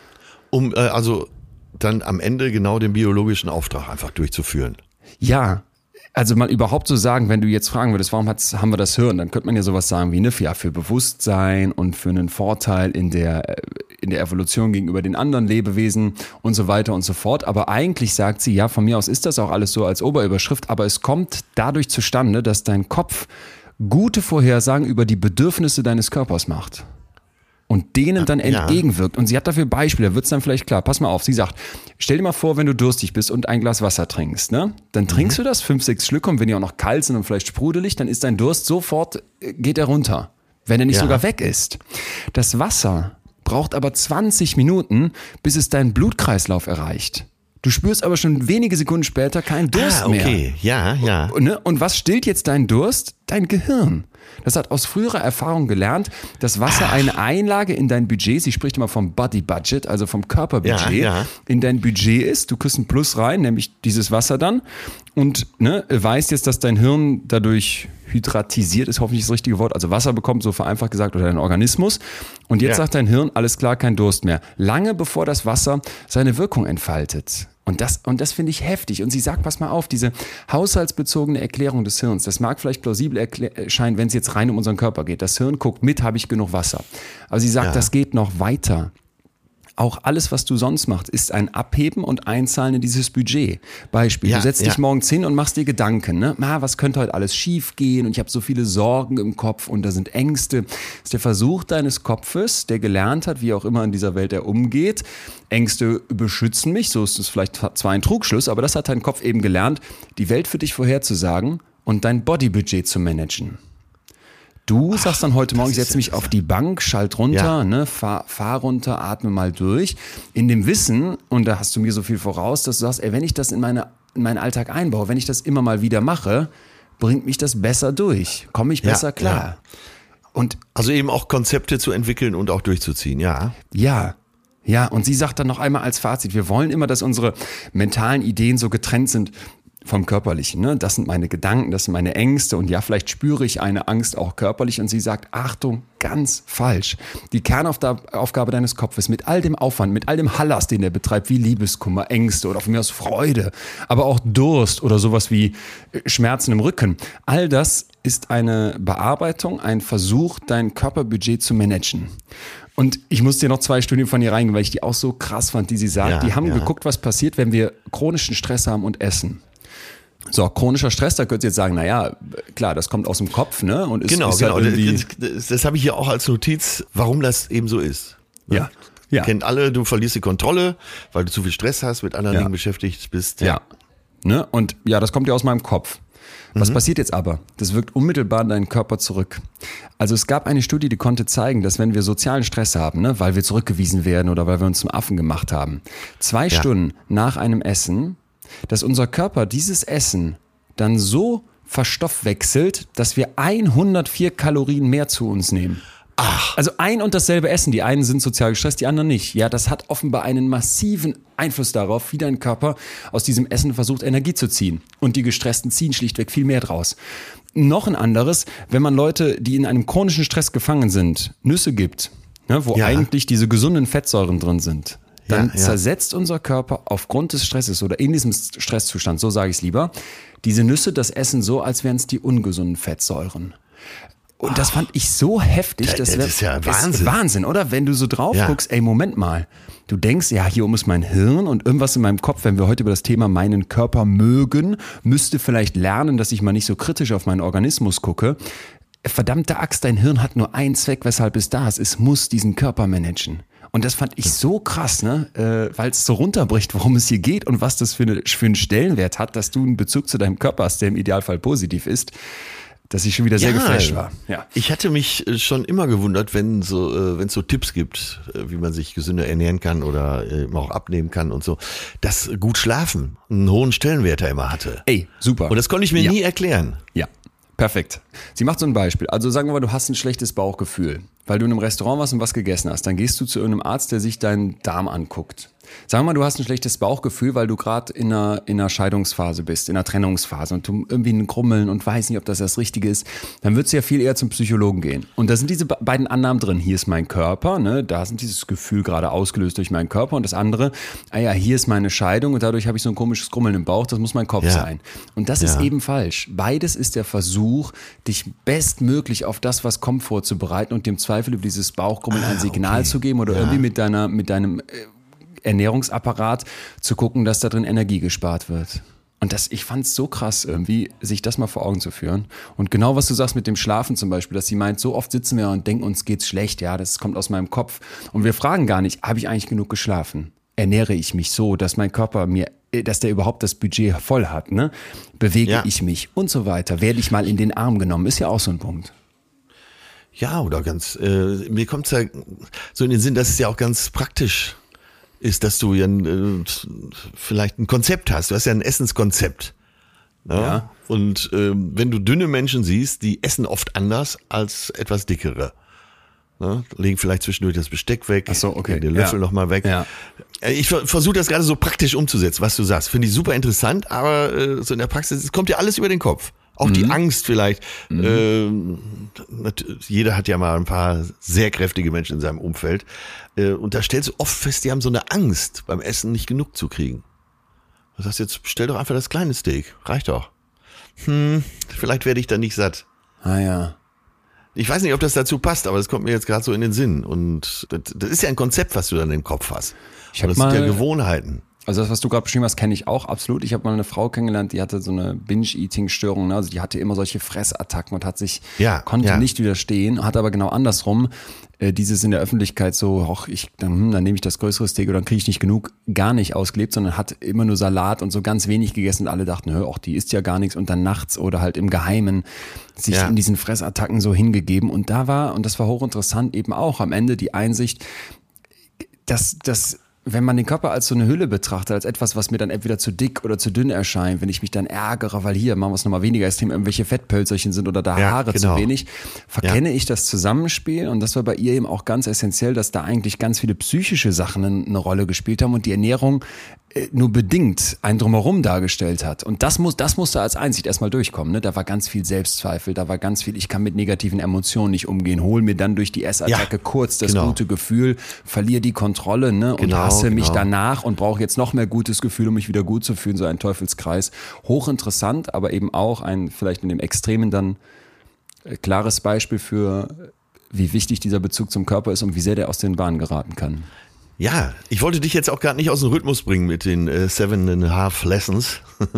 Um also dann am Ende genau den biologischen Auftrag einfach durchzuführen. Ja, also mal überhaupt so sagen, wenn du jetzt fragen würdest, warum haben wir das Hirn, dann könnte man ja sowas sagen wie, für Bewusstsein und für einen Vorteil in der Evolution gegenüber den anderen Lebewesen und so weiter und so fort. Aber eigentlich sagt sie, ja, von mir aus ist das auch alles so als Oberüberschrift, aber es kommt dadurch zustande, dass dein Kopf gute Vorhersagen über die Bedürfnisse deines Körpers macht. Und denen dann entgegenwirkt. Und sie hat dafür Beispiele, da wird es dann vielleicht klar. Pass mal auf, sie sagt, stell dir mal vor, wenn du durstig bist und ein Glas Wasser trinkst, ne? Dann trinkst du das 5, 6 Schlücke und wenn die auch noch kalt sind und vielleicht sprudelig, dann ist dein Durst sofort, geht er runter. Wenn er nicht sogar weg ist. Das Wasser braucht aber 20 Minuten, bis es deinen Blutkreislauf erreicht. Du spürst aber schon wenige Sekunden später keinen Durst mehr. Okay, ja. Und was stillt jetzt deinen Durst? Dein Gehirn. Das hat aus früherer Erfahrung gelernt, dass Wasser eine Einlage in dein Budget, sie spricht immer vom Body Budget, also vom Körperbudget, in dein Budget ist. Du kriegst ein Plus rein, nämlich dieses Wasser dann. Und weißt jetzt, dass dein Hirn dadurch hydratisiert ist, hoffentlich das richtige Wort, also Wasser bekommt, so vereinfacht gesagt, oder dein Organismus. Und jetzt sagt dein Hirn, alles klar, kein Durst mehr. Lange bevor das Wasser seine Wirkung entfaltet. Und das finde ich heftig. Und sie sagt, pass mal auf, diese haushaltsbezogene Erklärung des Hirns, das mag vielleicht plausibel erscheinen, wenn es jetzt rein um unseren Körper geht. Das Hirn guckt mit, habe ich genug Wasser. Aber sie sagt, das geht noch weiter. Auch alles, was du sonst machst, ist ein Abheben und Einzahlen in dieses Budget. Beispiel, du setzt dich morgens hin und machst dir Gedanken, was könnte heute alles schief gehen und ich habe so viele Sorgen im Kopf und da sind Ängste. Das ist der Versuch deines Kopfes, der gelernt hat, wie auch immer in dieser Welt er umgeht. Ängste beschützen mich, so ist es vielleicht zwar ein Trugschluss, aber das hat dein Kopf eben gelernt, die Welt für dich vorherzusagen und dein Bodybudget zu managen. Du sagst dann heute Morgen, ich setze mich auf die Bank, schalt runter, fahr runter, atme mal durch. In dem Wissen, und da hast du mir so viel voraus, dass du sagst, wenn ich das in meinen Alltag einbaue, wenn ich das immer mal wieder mache, bringt mich das besser durch, komme ich besser klar. Und also eben auch Konzepte zu entwickeln und auch durchzuziehen, Ja, und sie sagt dann noch einmal als Fazit, wir wollen immer, dass unsere mentalen Ideen so getrennt sind vom Körperlichen, Das sind meine Gedanken, das sind meine Ängste und vielleicht spüre ich eine Angst auch körperlich und sie sagt, Achtung, ganz falsch. Die Kernaufgabe deines Kopfes mit all dem Aufwand, mit all dem Hallas, den er betreibt, wie Liebeskummer, Ängste oder von mir aus Freude, aber auch Durst oder sowas wie Schmerzen im Rücken. All das ist eine Bearbeitung, ein Versuch, dein Körperbudget zu managen. Und ich muss dir noch 2 Studien von ihr reingehen, weil ich die auch so krass fand, die sie sagt. Die haben geguckt, was passiert, wenn wir chronischen Stress haben und essen. So, chronischer Stress, da könnt ihr jetzt sagen, klar, das kommt aus dem Kopf, Und genau. Halt das habe ich hier auch als Notiz, warum das eben so ist. Ja. Kennt alle, du verlierst die Kontrolle, weil du zu viel Stress hast, mit anderen Dingen beschäftigt bist. Und das kommt ja aus meinem Kopf. Was passiert jetzt aber? Das wirkt unmittelbar in deinen Körper zurück. Also es gab eine Studie, die konnte zeigen, dass wenn wir sozialen Stress haben, weil wir zurückgewiesen werden oder weil wir uns zum Affen gemacht haben, 2 Stunden nach einem Essen, dass unser Körper dieses Essen dann so verstoffwechselt, dass wir 104 Kalorien mehr zu uns nehmen. Also ein und dasselbe Essen. Die einen sind sozial gestresst, die anderen nicht. Ja, das hat offenbar einen massiven Einfluss darauf, wie dein Körper aus diesem Essen versucht, Energie zu ziehen. Und die Gestressten ziehen schlichtweg viel mehr draus. Noch ein anderes, wenn man Leute, die in einem chronischen Stress gefangen sind, Nüsse gibt, wo eigentlich diese gesunden Fettsäuren drin sind, dann zersetzt unser Körper aufgrund des Stresses oder in diesem Stresszustand, so sage ich es lieber, diese Nüsse, das Essen so, als wären es die ungesunden Fettsäuren. Und das fand ich so heftig. Das ist ja Wahnsinn. Ist Wahnsinn, oder? Wenn du so drauf guckst, Moment mal. Du denkst, hier oben ist mein Hirn und irgendwas in meinem Kopf, wenn wir heute über das Thema meinen Körper mögen, müsste vielleicht lernen, dass ich mal nicht so kritisch auf meinen Organismus gucke. Verdammte Axt, dein Hirn hat nur einen Zweck, weshalb es da ist. Es muss diesen Körper managen. Und das fand ich so krass, weil es so runterbricht, worum es hier geht und was das für einen Stellenwert hat, dass du einen Bezug zu deinem Körper hast, der im Idealfall positiv ist, dass ich schon wieder sehr geflasht war. Ja. Ich hatte mich schon immer gewundert, wenn es so Tipps gibt, wie man sich gesünder ernähren kann oder auch abnehmen kann und so, dass gut schlafen einen hohen Stellenwert da immer hatte. Super. Und das konnte ich mir nie erklären. Ja. Perfekt. Sie macht so ein Beispiel. Also sagen wir mal, du hast ein schlechtes Bauchgefühl, weil du in einem Restaurant warst und was gegessen hast. Dann gehst du zu irgendeinem Arzt, der sich deinen Darm anguckt. Sagen wir mal, du hast ein schlechtes Bauchgefühl, weil du gerade in einer Scheidungsphase bist, in einer Trennungsphase und du irgendwie ein Grummeln und weißt nicht, ob das Richtige ist. Dann würdest du ja viel eher zum Psychologen gehen. Und da sind diese beiden Annahmen drin. Hier ist mein Körper, ne? Da sind dieses Gefühl gerade ausgelöst durch meinen Körper. Und das andere, hier ist meine Scheidung und dadurch habe ich so ein komisches Grummeln im Bauch. Das muss mein Kopf sein. Und das ist eben falsch. Beides ist der Versuch, dich bestmöglich auf das, was kommt, vorzubereiten und dem Zweifel über dieses Bauchgrummeln ein Signal zu geben oder irgendwie mit deinem Ernährungsapparat zu gucken, dass da drin Energie gespart wird. Und ich fand es so krass irgendwie, sich das mal vor Augen zu führen. Und genau was du sagst mit dem Schlafen zum Beispiel, dass sie meint, so oft sitzen wir und denken, uns geht's schlecht, ja, das kommt aus meinem Kopf. Und wir fragen gar nicht, habe ich eigentlich genug geschlafen? Ernähre ich mich so, dass mein Körper dass der überhaupt das Budget voll hat, ne? Bewege ich mich und so weiter? Werde ich mal in den Arm genommen? Ist ja auch so ein Punkt. Ja, oder mir kommt es ja so in den Sinn, dass es ja auch ganz praktisch ist, dass du ja vielleicht ein Konzept hast. Du hast ja ein Essenskonzept. Ne? Ja. Und wenn du dünne Menschen siehst, die essen oft anders als etwas dickere. Ne? Legen vielleicht zwischendurch das Besteck weg, den Löffel nochmal weg. Ja. Ich versuche das gerade so praktisch umzusetzen, was du sagst. Finde ich super interessant, aber so in der Praxis, es kommt ja alles über den Kopf. Auch die Angst vielleicht. Jeder hat ja mal ein paar sehr kräftige Menschen in seinem Umfeld. Und da stellst du oft fest, die haben so eine Angst, beim Essen nicht genug zu kriegen. Du sagst jetzt, bestell doch einfach das kleine Steak. Reicht doch. Vielleicht werde ich dann nicht satt. Ah ja. Ich weiß nicht, ob das dazu passt, aber das kommt mir jetzt gerade so in den Sinn. Und das ist ja ein Konzept, was du dann im Kopf hast. Das sind ja Gewohnheiten. Also das, was du gerade beschrieben hast, kenne ich auch absolut. Ich habe mal eine Frau kennengelernt, die hatte so eine Binge-Eating-Störung. Ne? Also die hatte immer solche Fressattacken und konnte nicht widerstehen, hat aber genau andersrum dieses in der Öffentlichkeit so, dann nehme ich das größere Steak oder dann kriege ich nicht genug, gar nicht ausgelebt, sondern hat immer nur Salat und so ganz wenig gegessen und alle dachten, die isst ja gar nichts und dann nachts oder halt im Geheimen sich in diesen Fressattacken so hingegeben. Und das war hochinteressant, eben auch am Ende die Einsicht, dass wenn man den Körper als so eine Hülle betrachtet, als etwas, was mir dann entweder zu dick oder zu dünn erscheint, wenn ich mich dann ärgere, weil hier machen wir es nochmal weniger, es irgendwelche Fettpölzerchen sind oder da Haare zu wenig, verkenne ich das Zusammenspiel und das war bei ihr eben auch ganz essentiell, dass da eigentlich ganz viele psychische Sachen eine Rolle gespielt haben und die Ernährung nur bedingt ein Drumherum dargestellt hat. Und das musste als Einsicht erstmal durchkommen. Ne? Da war ganz viel Selbstzweifel, da war ganz viel, ich kann mit negativen Emotionen nicht umgehen, hol mir dann durch die Essattacke kurz das gute Gefühl, verliere die Kontrolle und hasse mich danach und brauche jetzt noch mehr gutes Gefühl, um mich wieder gut zu fühlen, so ein Teufelskreis. Hochinteressant, aber eben auch vielleicht in dem Extremen dann klares Beispiel für, wie wichtig dieser Bezug zum Körper ist und wie sehr der aus den Bahnen geraten kann. Ja, ich wollte dich jetzt auch gar nicht aus dem Rhythmus bringen mit den 7.5 Lessons,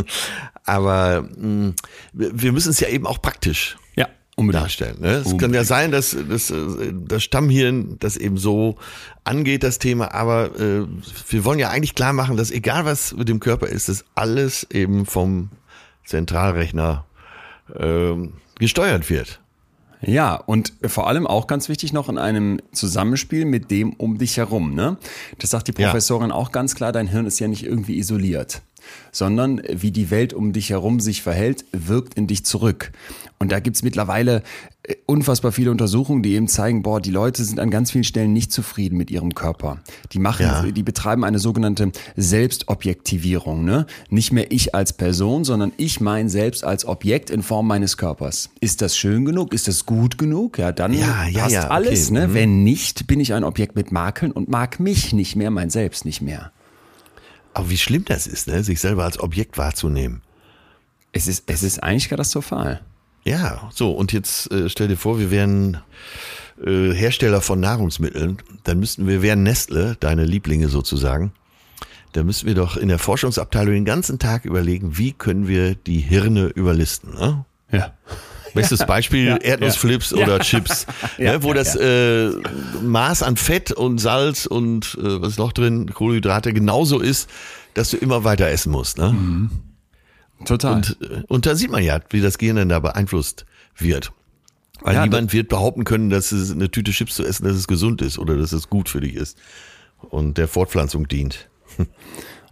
aber wir müssen es ja eben auch praktisch darstellen. Ne? Es kann ja sein, dass das Stammhirn das eben so angeht, das Thema, aber wir wollen ja eigentlich klar machen, dass egal was mit dem Körper ist, dass alles eben vom Zentralrechner gesteuert wird. Ja, und vor allem auch ganz wichtig noch in einem Zusammenspiel mit dem um dich herum. Ne? Das sagt die Professorin auch ganz klar, dein Hirn ist ja nicht irgendwie isoliert, sondern wie die Welt um dich herum sich verhält, wirkt in dich zurück. Und da gibt's mittlerweile unfassbar viele Untersuchungen, die eben zeigen, die Leute sind an ganz vielen Stellen nicht zufrieden mit ihrem Körper. Die betreiben eine sogenannte Selbstobjektivierung. Ne? Nicht mehr ich als Person, sondern ich mein Selbst als Objekt in Form meines Körpers. Ist das schön genug? Ist das gut genug? Ja, dann passt alles. Okay. Ne? Wenn nicht, bin ich ein Objekt mit Makeln und mag mich nicht mehr, mein Selbst nicht mehr. Aber wie schlimm das ist, ne? Sich selber als Objekt wahrzunehmen. Es ist eigentlich katastrophal. Ja, so und jetzt stell dir vor, wir wären Hersteller von Nahrungsmitteln, dann wir wären Nestle, deine Lieblinge sozusagen, da müssten wir doch in der Forschungsabteilung den ganzen Tag überlegen, wie können wir die Hirne überlisten. Ne? Ja. Bestes Beispiel, Erdnussflips oder Chips, wo das Maß an Fett und Salz und was ist noch drin, Kohlenhydrate genauso ist, dass du immer weiter essen musst. Ne? Mhm. Total. Und da sieht man ja, wie das Gehirn dann da beeinflusst wird. Weil niemand wird behaupten können, dass es eine Tüte Chips zu essen, dass es gesund ist oder dass es gut für dich ist und der Fortpflanzung dient.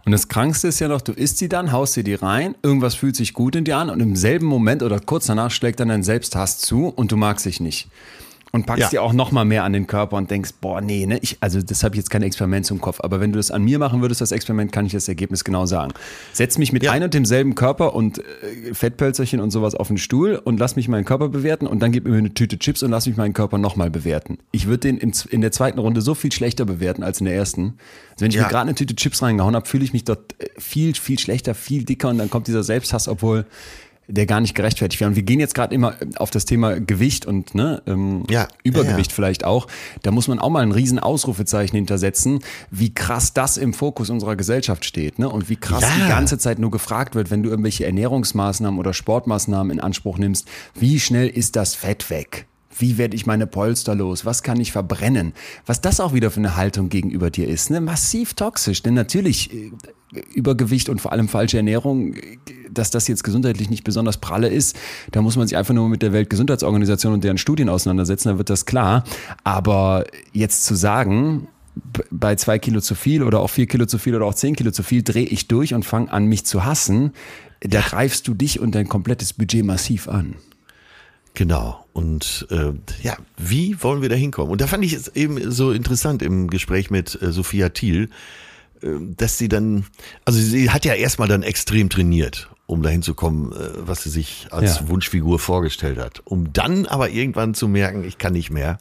Und das Krankste ist ja noch, du isst sie dann, haust dir die rein, irgendwas fühlt sich gut in dir an und im selben Moment oder kurz danach schlägt dann dein Selbsthass zu und du magst dich nicht. Und packst dir auch noch mal mehr an den Körper und denkst, boah, nee, ne, also das habe ich jetzt kein Experiment zum Kopf, aber wenn du das an mir machen würdest, das Experiment, kann ich das Ergebnis genau sagen. Setz mich mit ein und demselben Körper und Fettpölzerchen und sowas auf den Stuhl und lass mich meinen Körper bewerten und dann gib mir eine Tüte Chips und lass mich meinen Körper noch mal bewerten. Ich würde den in der zweiten Runde so viel schlechter bewerten als in der ersten. Also wenn ich mir gerade eine Tüte Chips reingehauen habe, fühle ich mich dort viel, viel schlechter, viel dicker und dann kommt dieser Selbsthass, obwohl der gar nicht gerechtfertigt wäre. Und wir gehen jetzt gerade immer auf das Thema Gewicht und Übergewicht vielleicht auch. Da muss man auch mal ein riesen Ausrufezeichen hintersetzen, wie krass das im Fokus unserer Gesellschaft steht, ne? Und wie krass die ganze Zeit nur gefragt wird, wenn du irgendwelche Ernährungsmaßnahmen oder Sportmaßnahmen in Anspruch nimmst, wie schnell ist das Fett weg? Wie werde ich meine Polster los? Was kann ich verbrennen? Was das auch wieder für eine Haltung gegenüber dir ist, ne? Massiv toxisch. Denn natürlich Übergewicht und vor allem falsche Ernährung, dass das jetzt gesundheitlich nicht besonders pralle ist, da muss man sich einfach nur mit der Weltgesundheitsorganisation und deren Studien auseinandersetzen, dann wird das klar. Aber jetzt zu sagen, bei 2 Kilo zu viel oder auch 4 Kilo zu viel oder auch 10 Kilo zu viel, drehe ich durch und fange an, mich zu hassen, da greifst du dich und dein komplettes Budget massiv an. Genau. Und wie wollen wir da hinkommen? Und da fand ich es eben so interessant im Gespräch mit Sophia Thiel, dass sie dann, also sie hat ja erstmal dann extrem trainiert, um dahin zu kommen, was sie sich als Wunschfigur vorgestellt hat. Um dann aber irgendwann zu merken, ich kann nicht mehr.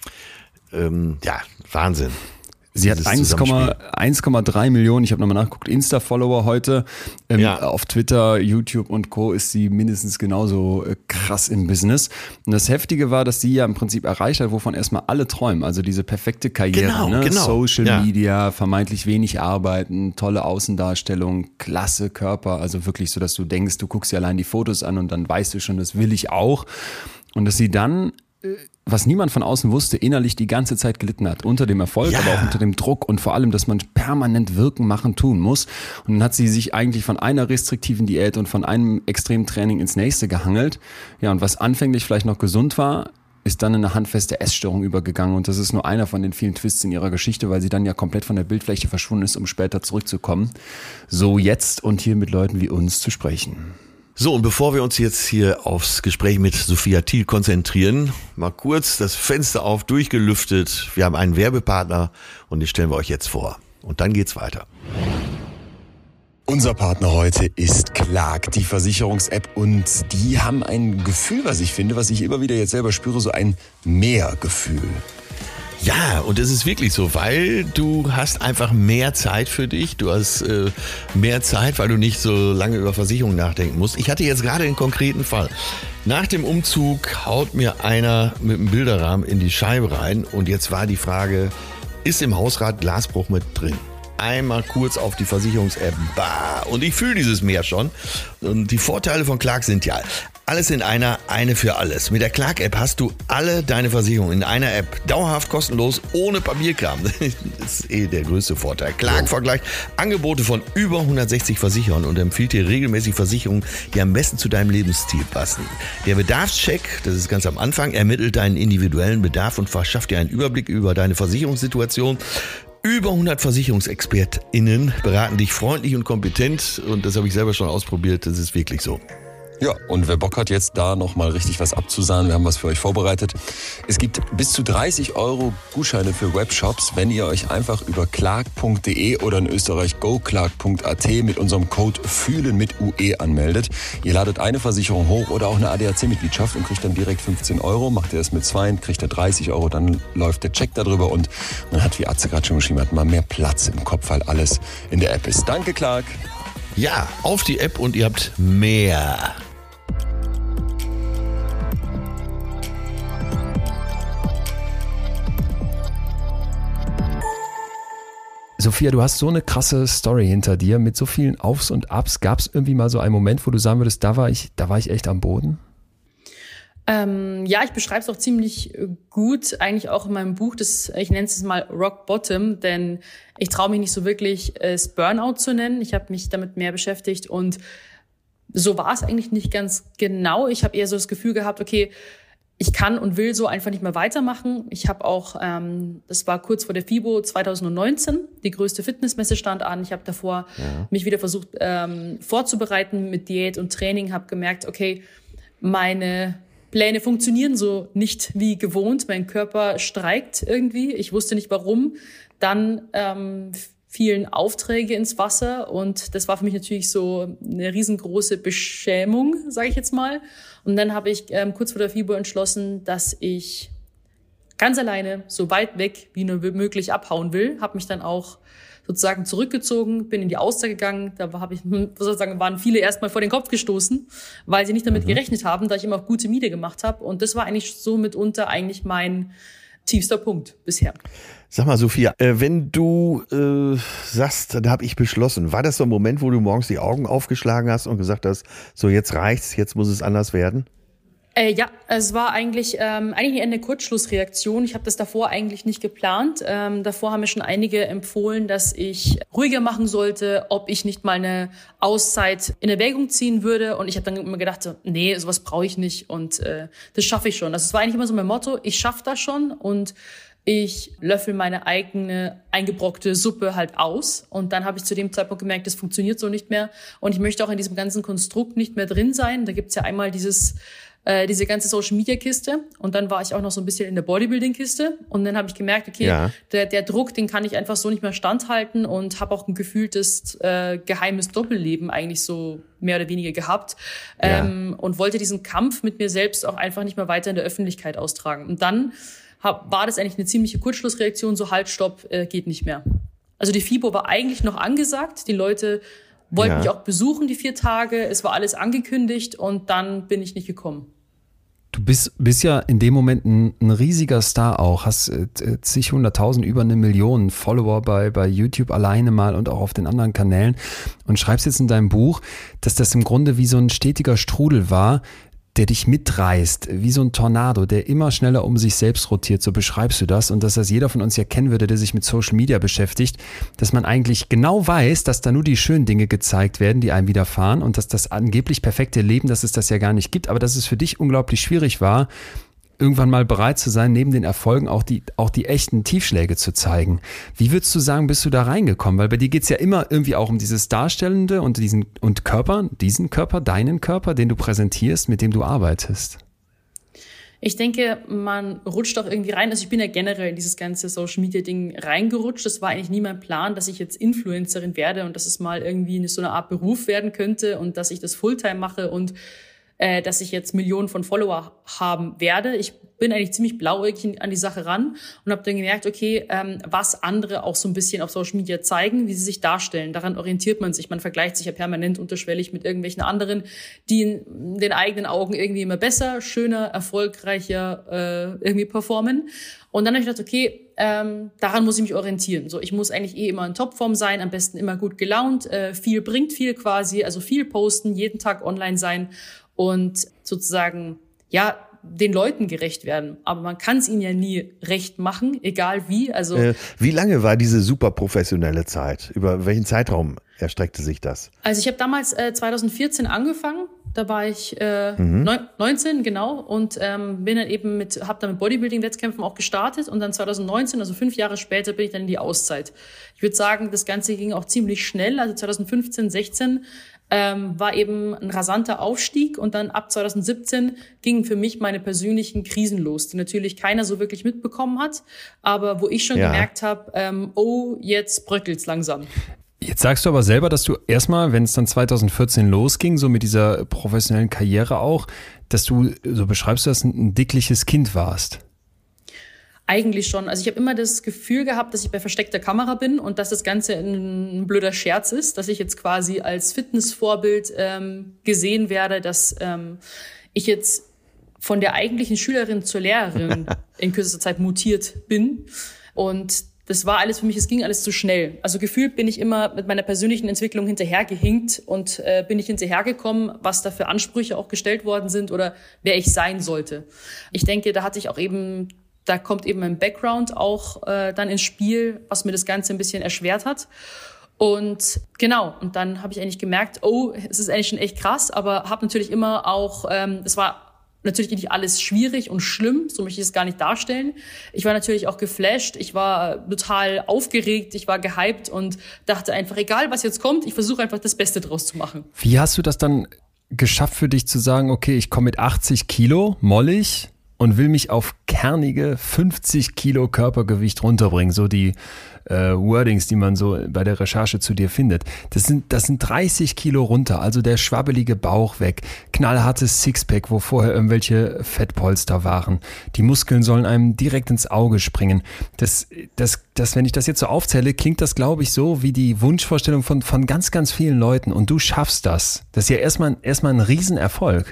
Wahnsinn. Sie hat 1,3 Millionen, ich habe nochmal nachgeguckt, Insta-Follower heute. Auf Twitter, YouTube und Co. ist sie mindestens genauso krass im Business. Und das Heftige war, dass sie ja im Prinzip erreicht hat, wovon erstmal alle träumen. Also diese perfekte Karriere, Genau. Social Media, vermeintlich wenig arbeiten, tolle Außendarstellung, klasse Körper. Also wirklich so, dass du denkst, du guckst dir allein die Fotos an und dann weißt du schon, das will ich auch. Und dass sie dann, was niemand von außen wusste, innerlich die ganze Zeit gelitten hat. Unter dem Erfolg, aber auch unter dem Druck und vor allem, dass man permanent wirken, machen, tun muss. Und dann hat sie sich eigentlich von einer restriktiven Diät und von einem extremen Training ins nächste gehangelt. Ja, und was anfänglich vielleicht noch gesund war, ist dann in eine handfeste Essstörung übergegangen. Und das ist nur einer von den vielen Twists in ihrer Geschichte, weil sie dann ja komplett von der Bildfläche verschwunden ist, um später zurückzukommen. So jetzt und hier mit Leuten wie uns zu sprechen. So, und bevor wir uns jetzt hier aufs Gespräch mit Sophia Thiel konzentrieren, mal kurz das Fenster auf, durchgelüftet. Wir haben einen Werbepartner und den stellen wir euch jetzt vor. Und dann geht's weiter. Unser Partner heute ist Clark, die Versicherungs-App, und die haben ein Gefühl, was ich finde, was ich immer wieder jetzt selber spüre, so ein Mehrgefühl. Ja, und es ist wirklich so, weil du hast einfach mehr Zeit für dich. Du hast mehr Zeit, weil du nicht so lange über Versicherungen nachdenken musst. Ich hatte jetzt gerade einen konkreten Fall. Nach dem Umzug haut mir einer mit einem Bilderrahmen in die Scheibe rein und jetzt war die Frage, ist im Hausrat Glasbruch mit drin? Einmal kurz auf die Versicherungs-App, und ich fühle dieses Mehr schon. Und die Vorteile von Clark sind ja alles in einer, eine für alles. Mit der Clark-App hast du alle deine Versicherungen in einer App. Dauerhaft kostenlos, ohne Papierkram. Das ist der größte Vorteil. Clark vergleicht Angebote von über 160 Versicherern und empfiehlt dir regelmäßig Versicherungen, die am besten zu deinem Lebensstil passen. Der Bedarfscheck, das ist ganz am Anfang, ermittelt deinen individuellen Bedarf und verschafft dir einen Überblick über deine Versicherungssituation. Über 100 VersicherungsexpertInnen beraten dich freundlich und kompetent und das habe ich selber schon ausprobiert, das ist wirklich so. Ja, und wer Bock hat, jetzt da nochmal richtig was abzusahnen, wir haben was für euch vorbereitet. Es gibt bis zu 30 € Gutscheine für Webshops, wenn ihr euch einfach über clark.de oder in Österreich goclark.at mit unserem Code FÜHLEN mit UE anmeldet. Ihr ladet eine Versicherung hoch oder auch eine ADAC-Mitgliedschaft und kriegt dann direkt 15 €. Macht ihr das mit 2, kriegt ihr 30 €, dann läuft der Check darüber und man hat, wie Atze gerade schon geschrieben hat, mal mehr Platz im Kopf, weil alles in der App ist. Danke, Clark. Ja, auf die App und ihr habt mehr. Sophia, du hast so eine krasse Story hinter dir mit so vielen Aufs und Abs. Gab es irgendwie mal so einen Moment, wo du sagen würdest, da war ich echt am Boden? Ja, ich beschreibe es auch ziemlich gut, eigentlich auch in meinem Buch, ich nenne es mal Rock Bottom, denn ich traue mich nicht so wirklich, es Burnout zu nennen. Ich habe mich damit mehr beschäftigt und so war es eigentlich nicht ganz genau. Ich habe eher so das Gefühl gehabt, okay, ich kann und will so einfach nicht mehr weitermachen. Ich habe auch, das war kurz vor der FIBO 2019, die größte Fitnessmesse stand an. Ich habe davor mich wieder versucht vorzubereiten mit Diät und Training, habe gemerkt, okay, meine Pläne funktionieren so nicht wie gewohnt. Mein Körper streikt irgendwie. Ich wusste nicht warum. Dann fielen Aufträge ins Wasser und das war für mich natürlich so eine riesengroße Beschämung, sage ich jetzt mal. Und dann habe ich kurz vor der FIBO entschlossen, dass ich ganz alleine so weit weg wie nur möglich abhauen will. Habe mich dann auch sozusagen zurückgezogen, bin in die Auszeit gegangen. Da waren viele erstmal vor den Kopf gestoßen, weil sie nicht damit gerechnet haben, da ich immer auch gute Miete gemacht habe. Und das war eigentlich so mitunter eigentlich mein tiefster Punkt bisher. Sag mal, Sophia, wenn du sagst, da habe ich beschlossen, war das so ein Moment, wo du morgens die Augen aufgeschlagen hast und gesagt hast, so jetzt reicht's, jetzt muss es anders werden? Ja, es war eigentlich eine Kurzschlussreaktion. Ich habe das davor eigentlich nicht geplant. Davor haben mir schon einige empfohlen, dass ich ruhiger machen sollte, ob ich nicht mal eine Auszeit in Erwägung ziehen würde. Und ich habe dann immer gedacht, so, nee, sowas brauche ich nicht und das schaffe ich schon. Das war eigentlich immer so mein Motto, ich schaffe das schon und ich löffel meine eigene eingebrockte Suppe halt aus. Und dann habe ich zu dem Zeitpunkt gemerkt, das funktioniert so nicht mehr. Und ich möchte auch in diesem ganzen Konstrukt nicht mehr drin sein. Da gibt's ja einmal diese ganze Social-Media-Kiste und dann war ich auch noch so ein bisschen in der Bodybuilding-Kiste und dann habe ich gemerkt, okay, der Druck, den kann ich einfach so nicht mehr standhalten und habe auch ein gefühltes geheimes Doppelleben eigentlich so mehr oder weniger gehabt und wollte diesen Kampf mit mir selbst auch einfach nicht mehr weiter in der Öffentlichkeit austragen. Und dann war das eigentlich eine ziemliche Kurzschlussreaktion, so halt, stopp, geht nicht mehr. Also die FIBO war eigentlich noch angesagt, die Leute wollten mich auch besuchen, die 4 Tage. Es war alles angekündigt und dann bin ich nicht gekommen. Du bist ja in dem Moment ein riesiger Star auch, hast zig 100.000, über 1 Million Follower bei YouTube alleine mal und auch auf den anderen Kanälen und schreibst jetzt in deinem Buch, dass das im Grunde wie so ein stetiger Strudel war, der dich mitreißt, wie so ein Tornado, der immer schneller um sich selbst rotiert, so beschreibst du das, und dass das jeder von uns ja kennen würde, der sich mit Social Media beschäftigt, dass man eigentlich genau weiß, dass da nur die schönen Dinge gezeigt werden, die einem widerfahren und dass das angeblich perfekte Leben, dass es das ja gar nicht gibt, aber dass es für dich unglaublich schwierig war, irgendwann mal bereit zu sein, neben den Erfolgen auch die echten Tiefschläge zu zeigen. Wie würdest du sagen, bist du da reingekommen? Weil bei dir geht's ja immer irgendwie auch um dieses Darstellende und diesen Körper, deinen Körper, den du präsentierst, mit dem du arbeitest. Ich denke, man rutscht auch irgendwie rein. Also ich bin ja generell in dieses ganze Social-Media-Ding reingerutscht. Das war eigentlich nie mein Plan, dass ich jetzt Influencerin werde und dass es mal irgendwie so eine Art Beruf werden könnte und dass ich das Fulltime mache und dass ich jetzt Millionen von Follower haben werde. Ich bin eigentlich ziemlich blauäugig an die Sache ran und habe dann gemerkt, okay, was andere auch so ein bisschen auf Social Media zeigen, wie sie sich darstellen. Daran orientiert man sich. Man vergleicht sich ja permanent unterschwellig mit irgendwelchen anderen, die in den eigenen Augen irgendwie immer besser, schöner, erfolgreicher irgendwie performen. Und dann habe ich gedacht, okay, daran muss ich mich orientieren. So, ich muss eigentlich immer in Topform sein, am besten immer gut gelaunt, viel bringt viel quasi, also viel posten, jeden Tag online sein und sozusagen, ja, den Leuten gerecht werden. Aber man kann es ihnen ja nie recht machen, egal wie. Also wie lange war diese super professionelle Zeit? Über welchen Zeitraum erstreckte sich das? Also ich habe damals 2014 angefangen. Da war ich 19, genau, und bin dann eben habe dann mit Bodybuilding-Wettkämpfen auch gestartet und dann 2019, also 5 Jahre später, bin ich dann in die Auszeit. Ich würde sagen, das Ganze ging auch ziemlich schnell. Also 2015, 16 war eben ein rasanter Aufstieg und dann ab 2017 gingen für mich meine persönlichen Krisen los, die natürlich keiner so wirklich mitbekommen hat, aber wo ich schon gemerkt habe, jetzt bröckelt's langsam. Jetzt sagst du aber selber, dass du erstmal, wenn es dann 2014 losging, so mit dieser professionellen Karriere auch, dass du, so beschreibst du das, ein dickliches Kind warst. Eigentlich schon. Also ich habe immer das Gefühl gehabt, dass ich bei versteckter Kamera bin und dass das Ganze ein blöder Scherz ist, dass ich jetzt quasi als Fitnessvorbild gesehen werde, dass ich jetzt von der eigentlichen Schülerin zur Lehrerin in kürzester Zeit mutiert bin. Und das war alles für mich, es ging alles zu schnell. Also gefühlt bin ich immer mit meiner persönlichen Entwicklung hinterhergehinkt und bin nicht hinterhergekommen, was da für Ansprüche auch gestellt worden sind oder wer ich sein sollte. Ich denke, da kommt eben mein Background auch dann ins Spiel, was mir das Ganze ein bisschen erschwert hat. Und genau, und dann habe ich eigentlich gemerkt, es ist eigentlich schon echt krass, aber habe natürlich immer auch, es war natürlich nicht alles schwierig und schlimm, so möchte ich es gar nicht darstellen. Ich war natürlich auch geflasht, ich war total aufgeregt, ich war gehypt und dachte einfach, egal was jetzt kommt, ich versuche einfach das Beste draus zu machen. Wie hast du das dann geschafft für dich zu sagen, okay, ich komme mit 80 Kilo mollig und will mich auf kernige 50 Kilo Körpergewicht runterbringen, so die Wordings, die man so bei der Recherche zu dir findet. Das sind 30 Kilo runter, also der schwabbelige Bauch weg, knallhartes Sixpack, wo vorher irgendwelche Fettpolster waren. Die Muskeln sollen einem direkt ins Auge springen. Das, wenn ich das jetzt so aufzähle, klingt das, glaube ich, so wie die Wunschvorstellung von ganz, ganz vielen Leuten. Und du schaffst das. Das ist ja erstmal ein Riesenerfolg.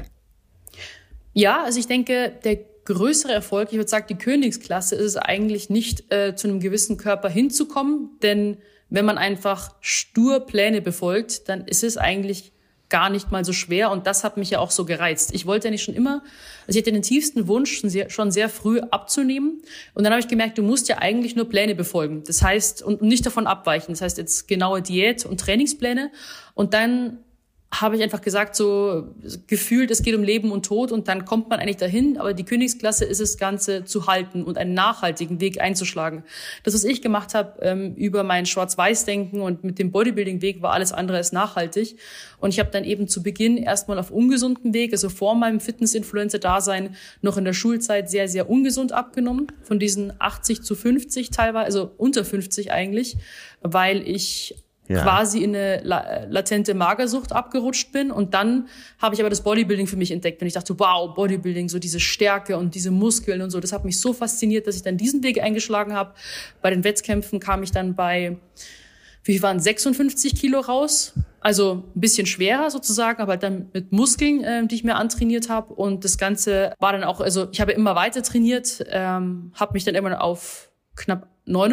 Ja, also ich denke, der größere Erfolg, ich würde sagen, die Königsklasse ist es eigentlich nicht, zu einem gewissen Körper hinzukommen, denn wenn man einfach stur Pläne befolgt, dann ist es eigentlich gar nicht mal so schwer und das hat mich ja auch so gereizt. Ich wollte ja nicht schon immer, also ich hatte den tiefsten Wunsch, schon sehr früh abzunehmen und dann habe ich gemerkt, du musst ja eigentlich nur Pläne befolgen, das heißt, und nicht davon abweichen, das heißt jetzt genaue Diät- und Trainingspläne und dann habe ich einfach gesagt, so gefühlt, es geht um Leben und Tod und dann kommt man eigentlich dahin, aber die Königsklasse ist es Ganze zu halten und einen nachhaltigen Weg einzuschlagen. Das, was ich gemacht habe über mein Schwarz-Weiß-Denken und mit dem Bodybuilding-Weg, war alles andere als nachhaltig und ich habe dann eben zu Beginn erstmal auf ungesundem Weg, also vor meinem Fitness-Influencer-Dasein, noch in der Schulzeit sehr, sehr ungesund abgenommen, von diesen 80 zu 50 teilweise, also unter 50 eigentlich, weil ich quasi in eine latente Magersucht abgerutscht bin. Und dann habe ich aber das Bodybuilding für mich entdeckt. Und ich dachte, wow, Bodybuilding, so diese Stärke und diese Muskeln und so. Das hat mich so fasziniert, dass ich dann diesen Weg eingeschlagen habe. Bei den Wettkämpfen kam ich dann bei, wie viel waren 56 Kilo raus. Also ein bisschen schwerer sozusagen, aber dann mit Muskeln, die ich mir antrainiert habe. Und das Ganze war dann auch, also ich habe immer weiter trainiert, habe mich dann irgendwann auf knapp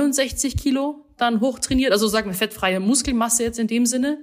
69 Kilo dann hochtrainiert, also sagen wir fettfreie Muskelmasse jetzt in dem Sinne.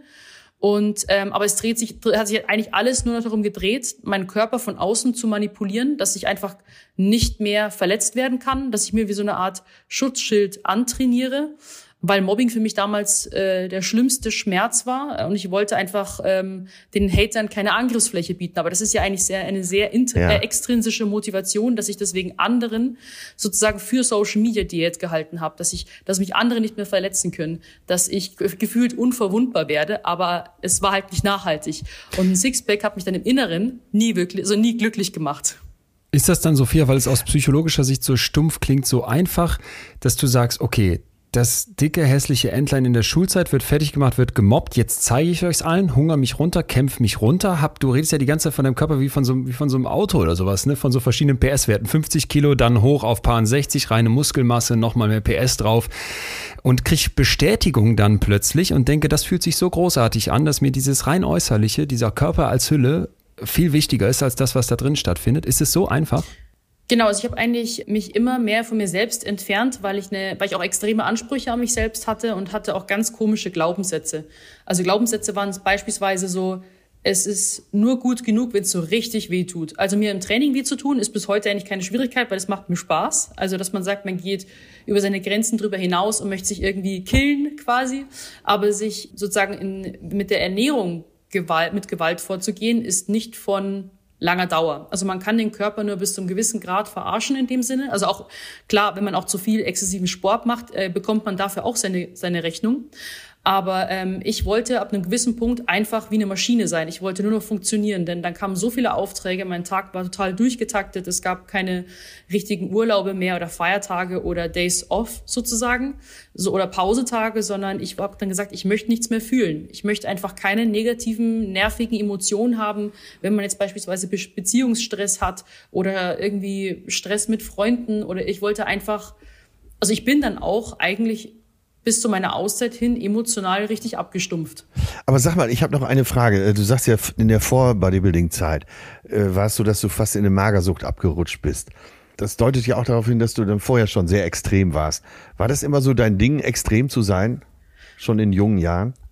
Und aber es hat sich eigentlich alles nur noch darum gedreht, meinen Körper von außen zu manipulieren, dass ich einfach nicht mehr verletzt werden kann, dass ich mir wie so eine Art Schutzschild antrainiere, weil Mobbing für mich damals der schlimmste Schmerz war und ich wollte einfach den Hatern keine Angriffsfläche bieten. Aber das ist ja eigentlich eine sehr extrinsische Motivation, dass ich deswegen anderen sozusagen für Social Media Diät gehalten habe, dass mich andere nicht mehr verletzen können, dass ich gefühlt unverwundbar werde, aber es war halt nicht nachhaltig. Und ein Sixpack hat mich dann im Inneren nie glücklich gemacht. Ist das dann, Sophia, weil es aus psychologischer Sicht so stumpf klingt, so einfach, dass du sagst, okay, das dicke, hässliche Entlein in der Schulzeit wird fertig gemacht, wird gemobbt. Jetzt zeige ich euch's allen, hungere mich runter, kämpfe mich runter. Du redest ja die ganze Zeit von deinem Körper wie von so einem Auto oder sowas, ne? Von so verschiedenen PS-Werten. 50 Kilo, dann hoch auf paar 60, reine Muskelmasse, nochmal mehr PS drauf. Und kriege Bestätigung dann plötzlich und denke, das fühlt sich so großartig an, dass mir dieses rein äußerliche, dieser Körper als Hülle viel wichtiger ist als das, was da drin stattfindet. Ist es so einfach? Genau, also ich habe eigentlich mich immer mehr von mir selbst entfernt, weil ich auch extreme Ansprüche an mich selbst hatte und hatte auch ganz komische Glaubenssätze. Also Glaubenssätze waren beispielsweise so, es ist nur gut genug, wenn es so richtig weh tut. Also mir im Training weh zu tun, ist bis heute eigentlich keine Schwierigkeit, weil es macht mir Spaß. Also dass man sagt, man geht über seine Grenzen drüber hinaus und möchte sich irgendwie killen quasi. Aber sich sozusagen mit der Ernährung mit Gewalt vorzugehen, ist nicht von langer Dauer. Also man kann den Körper nur bis zu einem gewissen Grad verarschen in dem Sinne. Also auch klar, wenn man auch zu viel exzessiven Sport macht, bekommt man dafür auch seine Rechnung. Aber ich wollte ab einem gewissen Punkt einfach wie eine Maschine sein. Ich wollte nur noch funktionieren, denn dann kamen so viele Aufträge, mein Tag war total durchgetaktet, es gab keine richtigen Urlaube mehr oder Feiertage oder Days off sozusagen, oder Pausetage, sondern ich habe dann gesagt, ich möchte nichts mehr fühlen. Ich möchte einfach keine negativen, nervigen Emotionen haben, wenn man jetzt beispielsweise Beziehungsstress hat oder irgendwie Stress mit Freunden oder ich wollte einfach, also ich bin dann auch eigentlich bis zu meiner Auszeit hin emotional richtig abgestumpft. Aber sag mal, ich habe noch eine Frage. Du sagst ja, in der Vor-Bodybuilding-Zeit war es so, dass du fast in eine Magersucht abgerutscht bist. Das deutet ja auch darauf hin, dass du dann vorher schon sehr extrem warst. War das immer so dein Ding, extrem zu sein? Schon in jungen Jahren?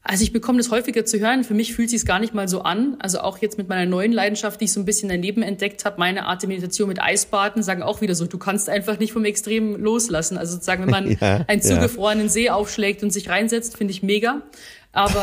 Also ich bekomme das häufiger zu hören. Für mich fühlt es sich gar nicht mal so an. Also auch jetzt mit meiner neuen Leidenschaft, die ich so ein bisschen daneben entdeckt habe, meine Art der Meditation mit Eisbaden, sagen auch wieder so, du kannst einfach nicht vom Extrem loslassen. Also sozusagen, wenn man einen zugefrorenen See aufschlägt und sich reinsetzt, finde ich mega. Aber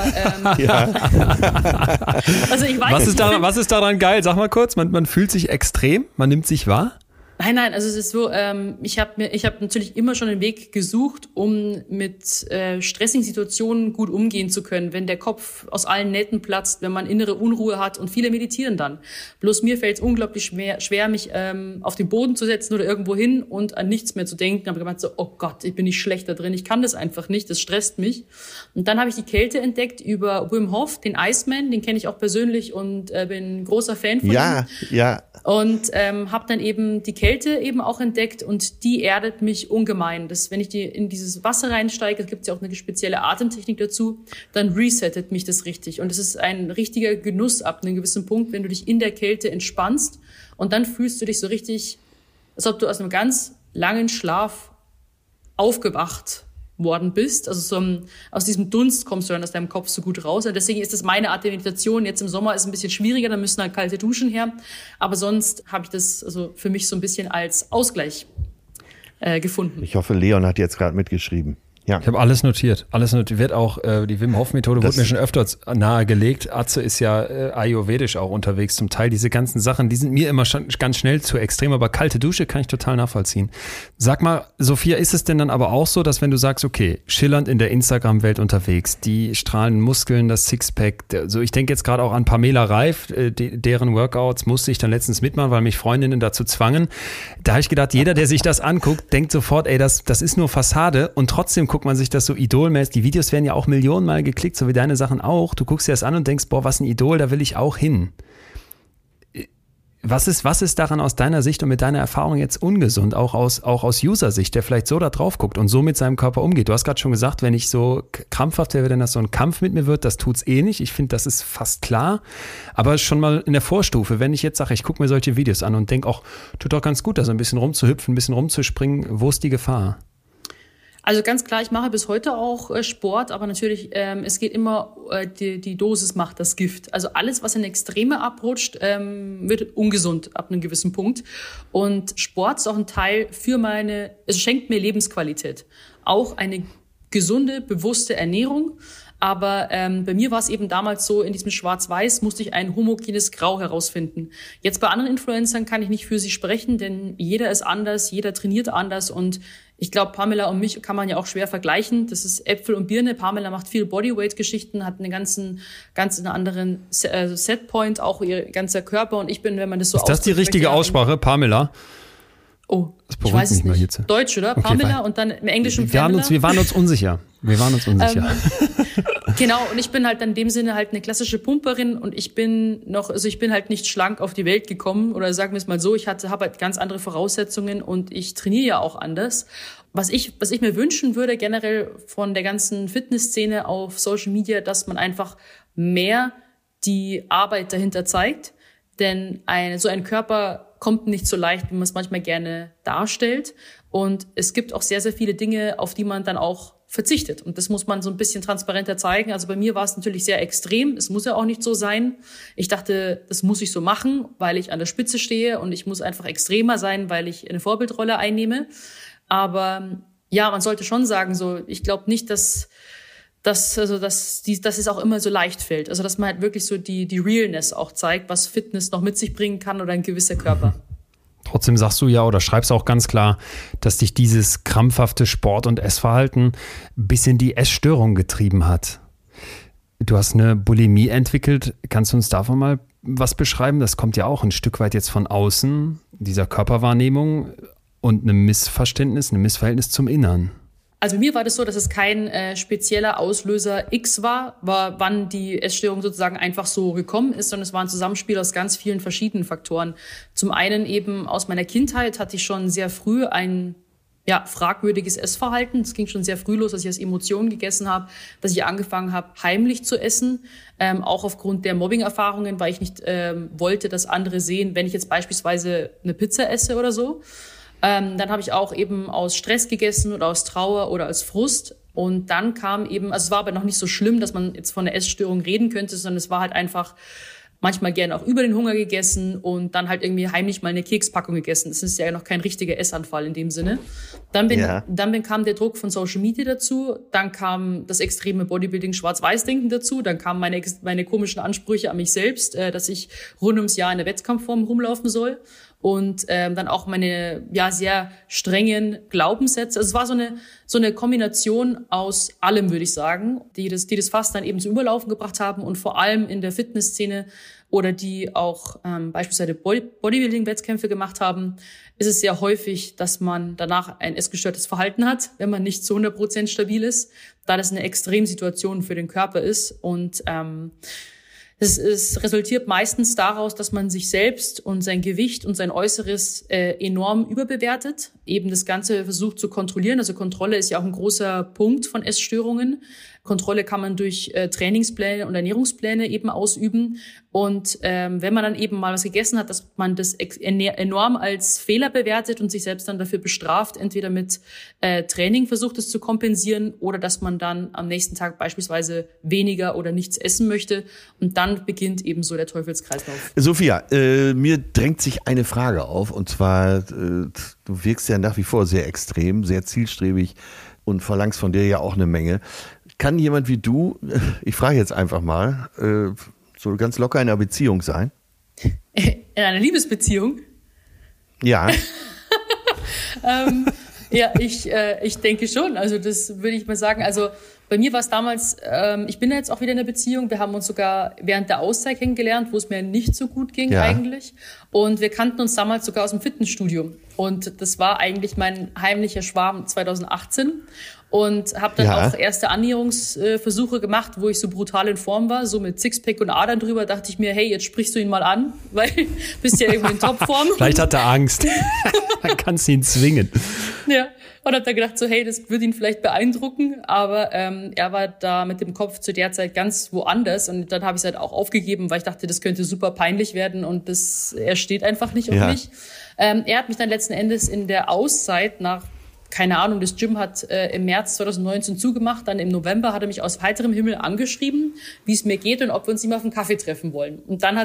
also ich weiß was ist daran geil? Sag mal kurz, man fühlt sich extrem, man nimmt sich wahr? Nein, also es ist so, ich hab natürlich immer schon einen Weg gesucht, um mit stressigen Situationen gut umgehen zu können, wenn der Kopf aus allen Nähten platzt, wenn man innere Unruhe hat, und viele meditieren dann. Bloß mir fällt es unglaublich schwer mich auf den Boden zu setzen oder irgendwo hin und an nichts mehr zu denken. Ich habe gemeint so, oh Gott, ich bin nicht schlecht da drin, ich kann das einfach nicht, das stresst mich. Und dann habe ich die Kälte entdeckt über Wim Hof, den Iceman, den kenne ich auch persönlich und bin großer Fan von ihm. Ja. Und habe dann eben die Kälte eben auch entdeckt, und die erdet mich ungemein. Wenn ich in dieses Wasser reinsteige, es gibt ja auch eine spezielle Atemtechnik dazu, dann resettet mich das richtig. Und es ist ein richtiger Genuss ab einem gewissen Punkt, wenn du dich in der Kälte entspannst, und dann fühlst du dich so richtig, als ob du aus einem ganz langen Schlaf aufgewacht worden bist. Also aus diesem Dunst kommst du dann aus deinem Kopf so gut raus. Und deswegen ist das meine Art der Meditation. Jetzt im Sommer ist es ein bisschen schwieriger, da müssen halt kalte Duschen her. Aber sonst habe ich das also für mich so ein bisschen als Ausgleich gefunden. Ich hoffe, Leon hat jetzt gerade mitgeschrieben. Ja. Ich habe alles notiert. Wird auch, die Wim Hof Methode wurde mir schon öfters nahegelegt. Atze ist ja ayurvedisch auch unterwegs zum Teil. Diese ganzen Sachen, die sind mir immer schon ganz schnell zu extrem, aber kalte Dusche kann ich total nachvollziehen. Sag mal, Sophia, ist es denn dann aber auch so, dass wenn du sagst, okay, schillernd in der Instagram-Welt unterwegs, die strahlenden Muskeln, das Sixpack, so, ich denke jetzt gerade auch an Pamela Reif, deren Workouts musste ich dann letztens mitmachen, weil mich Freundinnen dazu zwangen. Da habe ich gedacht, jeder, der sich das anguckt, denkt sofort, ey, das ist nur Fassade, und trotzdem guckt man sich das so idolmäßig, die Videos werden ja auch Millionenmal geklickt, so wie deine Sachen auch. Du guckst dir das an und denkst, boah, was ein Idol, da will ich auch hin. Was ist daran aus deiner Sicht und mit deiner Erfahrung jetzt ungesund, auch aus User-Sicht, der vielleicht so da drauf guckt und so mit seinem Körper umgeht? Du hast gerade schon gesagt, wenn ich so krampfhaft wäre, wenn das so ein Kampf mit mir wird, das tut's eh nicht. Ich finde, das ist fast klar. Aber schon mal in der Vorstufe, wenn ich jetzt sage, ich gucke mir solche Videos an und denke auch, tut doch ganz gut, da so ein bisschen rumzuhüpfen, ein bisschen rumzuspringen. Wo ist die Gefahr? Also ganz klar, ich mache bis heute auch Sport, aber natürlich, es geht immer, die Dosis macht das Gift. Also alles, was in Extreme abrutscht, wird ungesund ab einem gewissen Punkt. Und Sport ist auch ein Teil es schenkt mir Lebensqualität. Auch eine gesunde, bewusste Ernährung. Aber bei mir war es eben damals so, in diesem Schwarz-Weiß musste ich ein homogenes Grau herausfinden. Jetzt bei anderen Influencern kann ich nicht für sie sprechen, denn jeder ist anders, jeder trainiert anders, und ich glaube, Pamela und mich kann man ja auch schwer vergleichen. Das ist Äpfel und Birne. Pamela macht viel Bodyweight-Geschichten, hat einen ganz anderen Setpoint, auch ihr ganzer Körper, und ich bin, wenn man das so ausspricht. Ist das die richtige Aussprache, Pamela? Oh, ich weiß es nicht. Deutsch, oder? Okay, Pamela, und dann im Englischen Pamela. Wir waren uns unsicher. Genau, und ich bin halt in dem Sinne halt eine klassische Pumperin, und ich bin halt nicht schlank auf die Welt gekommen, oder sagen wir es mal so, ich habe halt ganz andere Voraussetzungen, und ich trainiere ja auch anders. Was ich mir wünschen würde generell von der ganzen Fitnessszene auf Social Media, dass man einfach mehr die Arbeit dahinter zeigt, denn so ein Körper kommt nicht so leicht, wie man es manchmal gerne darstellt. Und es gibt auch sehr, sehr viele Dinge, auf die man dann auch verzichtet. Und das muss man so ein bisschen transparenter zeigen. Also bei mir war es natürlich sehr extrem. Es muss ja auch nicht so sein. Ich dachte, das muss ich so machen, weil ich an der Spitze stehe, und ich muss einfach extremer sein, weil ich eine Vorbildrolle einnehme. Aber ja, man sollte schon sagen, so, ich glaube nicht, dass es auch immer so leicht fällt. Also dass man halt wirklich so die Realness auch zeigt, was Fitness noch mit sich bringen kann oder ein gewisser Körper. Trotzdem sagst du ja oder schreibst auch ganz klar, dass dich dieses krampfhafte Sport- und Essverhalten bis in die Essstörung getrieben hat. Du hast eine Bulimie entwickelt. Kannst du uns davon mal was beschreiben? Das kommt ja auch ein Stück weit jetzt von außen, dieser Körperwahrnehmung, und einem Missverständnis, einem Missverhältnis zum Innern. Also bei mir war das so, dass es kein spezieller Auslöser X war, wann die Essstörung sozusagen einfach so gekommen ist, sondern es war ein Zusammenspiel aus ganz vielen verschiedenen Faktoren. Zum einen eben aus meiner Kindheit hatte ich schon sehr früh ein fragwürdiges Essverhalten. Das ging schon sehr früh los, dass ich aus Emotionen gegessen habe, dass ich angefangen habe, heimlich zu essen. Auch aufgrund der Mobbing-Erfahrungen, weil ich nicht wollte, dass andere sehen, wenn ich jetzt beispielsweise eine Pizza esse oder so. Dann habe ich auch eben aus Stress gegessen oder aus Trauer oder aus Frust, Und dann kam eben, also es war aber noch nicht so schlimm, dass man jetzt von einer Essstörung reden könnte, sondern es war halt einfach manchmal gerne auch über den Hunger gegessen und dann halt irgendwie heimlich mal eine Kekspackung gegessen. Das ist ja noch kein richtiger Essanfall in dem Sinne. Dann kam der Druck von Social Media dazu, dann kam das extreme Bodybuilding Schwarz-Weiß-Denken dazu, dann kamen meine komischen Ansprüche an mich selbst, dass ich rund ums Jahr in der Wettkampfform rumlaufen soll. Und dann auch meine sehr strengen Glaubenssätze. Also es war so eine Kombination aus allem, würde ich sagen, die das Fass dann eben zum Überlaufen gebracht haben und vor allem in der Fitnessszene oder die auch beispielsweise Bodybuilding-Wettkämpfe gemacht haben, ist es sehr häufig, dass man danach ein essgestörtes Verhalten hat, wenn man nicht zu 100% stabil ist, da das eine Extremsituation für den Körper ist und es resultiert meistens daraus, dass man sich selbst und sein Gewicht und sein Äußeres enorm überbewertet, eben das Ganze versucht zu kontrollieren. Also Kontrolle ist ja auch ein großer Punkt von Essstörungen. Kontrolle kann man durch Trainingspläne und Ernährungspläne eben ausüben. Und wenn man dann eben mal was gegessen hat, dass man das enorm als Fehler bewertet und sich selbst dann dafür bestraft, entweder mit Training versucht es zu kompensieren oder dass man dann am nächsten Tag beispielsweise weniger oder nichts essen möchte. Und dann beginnt eben so der Teufelskreislauf. Sophia, mir drängt sich eine Frage auf und zwar, du wirkst ja nach wie vor sehr extrem, sehr zielstrebig und verlangst von dir ja auch eine Menge. Kann jemand wie du, ich frage jetzt einfach mal, so ganz locker in einer Beziehung sein? In einer Liebesbeziehung? Ja. Ich denke schon. Also das würde ich mal sagen. Also bei mir war es damals, ich bin jetzt auch wieder in einer Beziehung. Wir haben uns sogar während der Auszeit kennengelernt, wo es mir nicht so gut ging eigentlich. Und wir kannten uns damals sogar aus dem Fitnessstudio. Und das war eigentlich mein heimlicher Schwarm 2018. Und habe dann auch erste Annäherungsversuche gemacht, wo ich so brutal in Form war, so mit Sixpack und Adern drüber, dachte ich mir, hey, jetzt sprichst du ihn mal an, weil du bist ja irgendwie in Topform. Vielleicht hat er Angst. Dann kannst du ihn zwingen. Ja, und hab dann gedacht so, hey, das würde ihn vielleicht beeindrucken, aber er war da mit dem Kopf zu der Zeit ganz woanders und dann habe ich es halt auch aufgegeben, weil ich dachte, das könnte super peinlich werden und er steht einfach nicht auf mich. Er hat mich dann letzten Endes in der Auszeit nach keine Ahnung, das Gym hat im März 2019 zugemacht, dann im November hat er mich aus heiterem Himmel angeschrieben, wie es mir geht und ob wir uns immer auf einen Kaffee treffen wollen. Und dann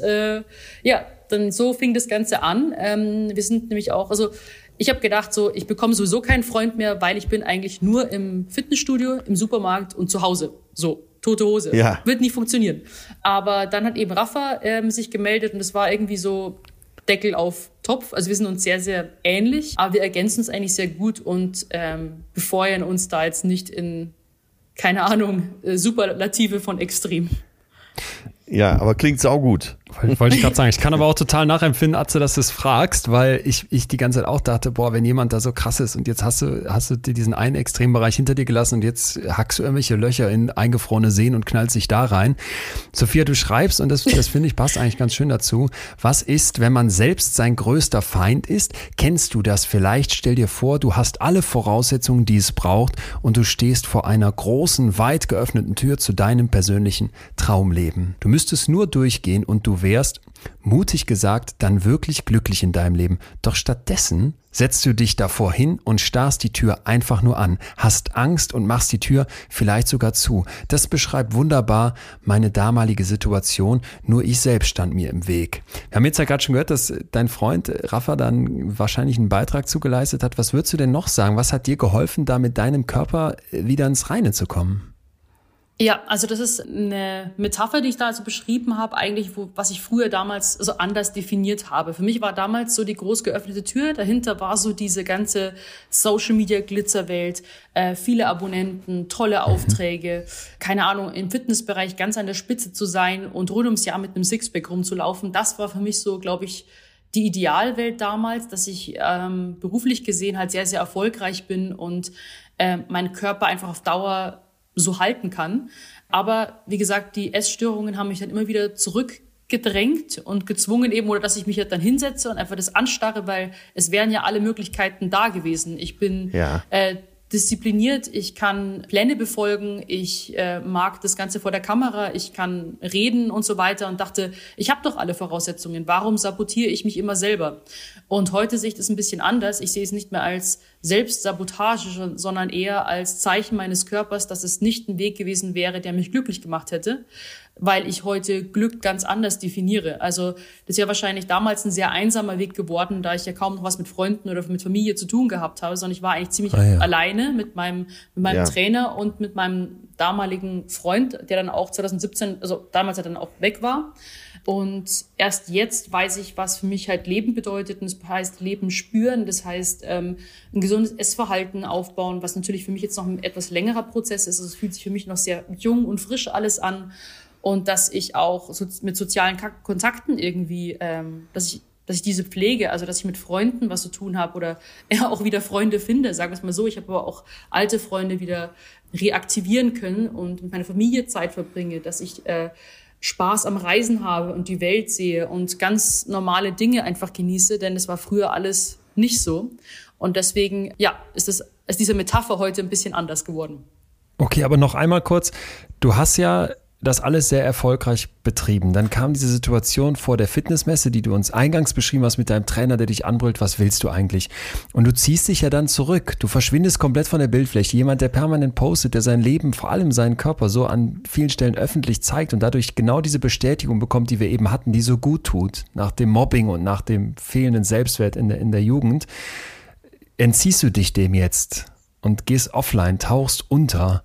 dann so fing das Ganze an. Wir sind nämlich auch, also ich habe gedacht, so ich bekomme sowieso keinen Freund mehr, weil ich bin eigentlich nur im Fitnessstudio, im Supermarkt und zu Hause. So, tote Hose. Ja. Wird nicht funktionieren. Aber dann hat eben Rafa sich gemeldet und es war irgendwie so Deckel auf Topf. Also wir sind uns sehr, sehr ähnlich, aber wir ergänzen uns eigentlich sehr gut und befeuern uns da jetzt nicht in, keine Ahnung, Superlative von extrem. Ja, aber klingt saugut. Wollte ich gerade sagen. Ich kann aber auch total nachempfinden, Atze, dass du es fragst, weil ich die ganze Zeit auch dachte, boah, wenn jemand da so krass ist und jetzt hast du dir diesen einen Extrembereich hinter dir gelassen und jetzt hackst du irgendwelche Löcher in eingefrorene Seen und knallst dich da rein. Sophia, du schreibst, und das finde ich passt eigentlich ganz schön dazu, was ist, wenn man selbst sein größter Feind ist? Kennst du das vielleicht? Stell dir vor, du hast alle Voraussetzungen, die es braucht und du stehst vor einer großen, weit geöffneten Tür zu deinem persönlichen Traumleben. Du müsstest nur durchgehen und du wärst, mutig gesagt, dann wirklich glücklich in deinem Leben. Doch stattdessen setzt du dich davor hin und starrst die Tür einfach nur an, hast Angst und machst die Tür vielleicht sogar zu. Das beschreibt wunderbar meine damalige Situation, nur ich selbst stand mir im Weg. Wir haben jetzt ja gerade schon gehört, dass dein Freund Rafa dann wahrscheinlich einen Beitrag zugeleistet hat. Was würdest du denn noch sagen? Was hat dir geholfen, da mit deinem Körper wieder ins Reine zu kommen? Ja, also das ist eine Metapher, die ich da also beschrieben habe, eigentlich, was ich früher damals so anders definiert habe. Für mich war damals so die groß geöffnete Tür, dahinter war so diese ganze Social-Media-Glitzerwelt, viele Abonnenten, tolle Aufträge, keine Ahnung, im Fitnessbereich ganz an der Spitze zu sein und rund ums Jahr mit einem Sixpack rumzulaufen. Das war für mich so, glaube ich, die Idealwelt damals, dass ich beruflich gesehen halt sehr, sehr erfolgreich bin und meinen Körper einfach auf Dauer so halten kann. Aber wie gesagt, die Essstörungen haben mich dann immer wieder zurückgedrängt und gezwungen eben, oder dass ich mich halt dann hinsetze und einfach das anstarre, weil es wären ja alle Möglichkeiten da gewesen. Ich bin diszipliniert, ich kann Pläne befolgen, ich mag das Ganze vor der Kamera, ich kann reden und so weiter und dachte, ich habe doch alle Voraussetzungen, warum sabotiere ich mich immer selber? Und heute sehe ich das ein bisschen anders. Ich sehe es nicht mehr als Selbstsabotage, sondern eher als Zeichen meines Körpers, dass es nicht ein Weg gewesen wäre, der mich glücklich gemacht hätte, weil ich heute Glück ganz anders definiere. Also das ist ja wahrscheinlich damals ein sehr einsamer Weg geworden, da ich ja kaum noch was mit Freunden oder mit Familie zu tun gehabt habe, sondern ich war eigentlich ziemlich alleine mit meinem Trainer und mit meinem damaligen Freund, der dann auch 2017, also damals dann auch weg war. Und erst jetzt weiß ich, was für mich halt Leben bedeutet. Und das heißt Leben spüren, das heißt ein gesundes Essverhalten aufbauen, was natürlich für mich jetzt noch ein etwas längerer Prozess ist. Also es fühlt sich für mich noch sehr jung und frisch alles an. Und dass ich auch mit sozialen Kontakten irgendwie, dass ich diese pflege, also dass ich mit Freunden was zu tun habe oder auch wieder Freunde finde, sagen wir es mal so. Ich habe aber auch alte Freunde wieder reaktivieren können und mit meiner Familie Zeit verbringe, dass ich Spaß am Reisen habe und die Welt sehe und ganz normale Dinge einfach genieße, denn es war früher alles nicht so. Und deswegen, ist diese Metapher heute ein bisschen anders geworden. Okay, aber noch einmal kurz, du hast ja das alles sehr erfolgreich betrieben. Dann kam diese Situation vor der Fitnessmesse, die du uns eingangs beschrieben hast mit deinem Trainer, der dich anbrüllt, was willst du eigentlich? Und du ziehst dich ja dann zurück. Du verschwindest komplett von der Bildfläche. Jemand, der permanent postet, der sein Leben, vor allem seinen Körper, so an vielen Stellen öffentlich zeigt und dadurch genau diese Bestätigung bekommt, die wir eben hatten, die so gut tut, nach dem Mobbing und nach dem fehlenden Selbstwert in der Jugend, entziehst du dich dem jetzt und gehst offline, tauchst unter.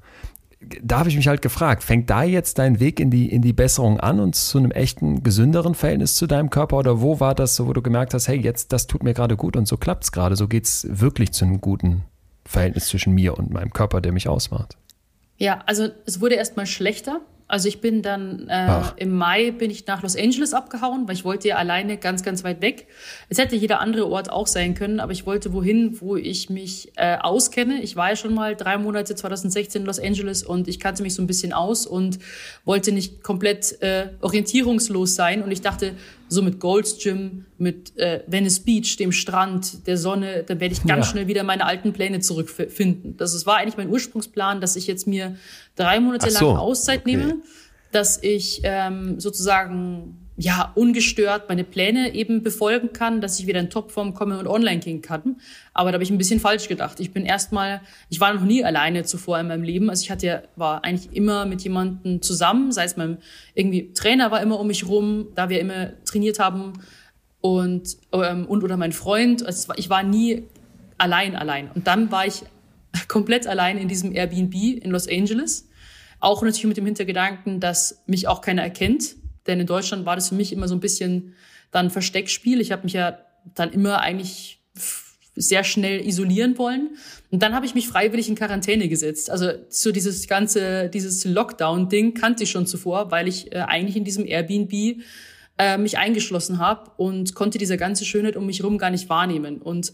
Da habe ich mich halt gefragt, fängt da jetzt dein Weg in die Besserung an und zu einem echten, gesünderen Verhältnis zu deinem Körper? Oder wo war das so, wo du gemerkt hast, hey, jetzt, das tut mir gerade gut und so klappt es gerade, so geht es wirklich zu einem guten Verhältnis zwischen mir und meinem Körper, der mich ausmacht? Ja, also es wurde erstmal schlechter. Also ich bin dann im Mai bin ich nach Los Angeles abgehauen, weil ich wollte ja alleine ganz, ganz weit weg. Es hätte jeder andere Ort auch sein können, aber ich wollte wohin, wo ich mich auskenne. Ich war ja schon mal 3 Monate 2016 in Los Angeles und ich kannte mich so ein bisschen aus und wollte nicht komplett orientierungslos sein. Und ich dachte, so mit Gold's Gym, mit Venice Beach, dem Strand, der Sonne, da werde ich ganz schnell wieder meine alten Pläne zurückfinden. Das war eigentlich mein Ursprungsplan, dass ich jetzt mir 3 Monate lang Auszeit nehme, dass ich sozusagen ungestört meine Pläne eben befolgen kann, dass ich wieder in Topform komme und online gehen kann. Aber da habe ich ein bisschen falsch gedacht. Ich war noch nie alleine zuvor in meinem Leben. Also war eigentlich immer mit jemandem zusammen, sei es mein Trainer war immer um mich rum, da wir immer trainiert haben und oder mein Freund. Also ich war nie allein. Und dann war ich komplett allein in diesem Airbnb in Los Angeles. Auch natürlich mit dem Hintergedanken, dass mich auch keiner erkennt. Denn in Deutschland war das für mich immer so ein bisschen dann Versteckspiel. Ich habe mich ja dann immer eigentlich sehr schnell isolieren wollen. Und dann habe ich mich freiwillig in Quarantäne gesetzt. Also so dieses Lockdown-Ding kannte ich schon zuvor, weil ich eigentlich in diesem Airbnb mich eingeschlossen habe und konnte diese ganze Schönheit um mich herum gar nicht wahrnehmen. Und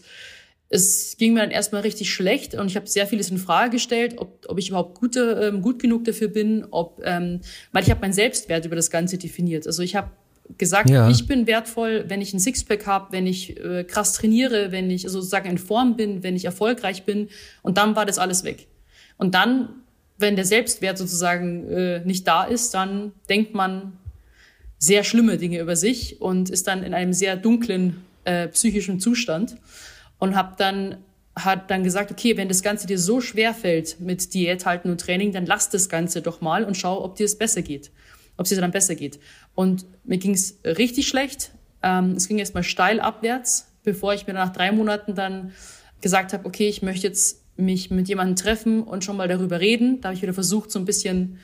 es ging mir dann erstmal richtig schlecht und ich habe sehr vieles in Frage gestellt, ob ich überhaupt gut genug dafür bin, weil ich habe meinen Selbstwert über das Ganze definiert. Also ich habe gesagt, ich bin wertvoll, wenn ich ein Sixpack habe, wenn ich krass trainiere, wenn ich sozusagen in Form bin, wenn ich erfolgreich bin. Und dann war das alles weg. Und dann, wenn der Selbstwert sozusagen nicht da ist, dann denkt man sehr schlimme Dinge über sich und ist dann in einem sehr dunklen psychischen Zustand. Und hat dann gesagt, okay, wenn das Ganze dir so schwer fällt mit Diät halten und Training, dann lass das Ganze doch mal und schau, ob es dir dann besser geht. Und mir ging es richtig schlecht. Es ging erst mal steil abwärts, bevor ich mir nach 3 Monaten dann gesagt habe, okay, ich möchte jetzt mich mit jemandem treffen und schon mal darüber reden. Da habe ich wieder versucht, so ein bisschen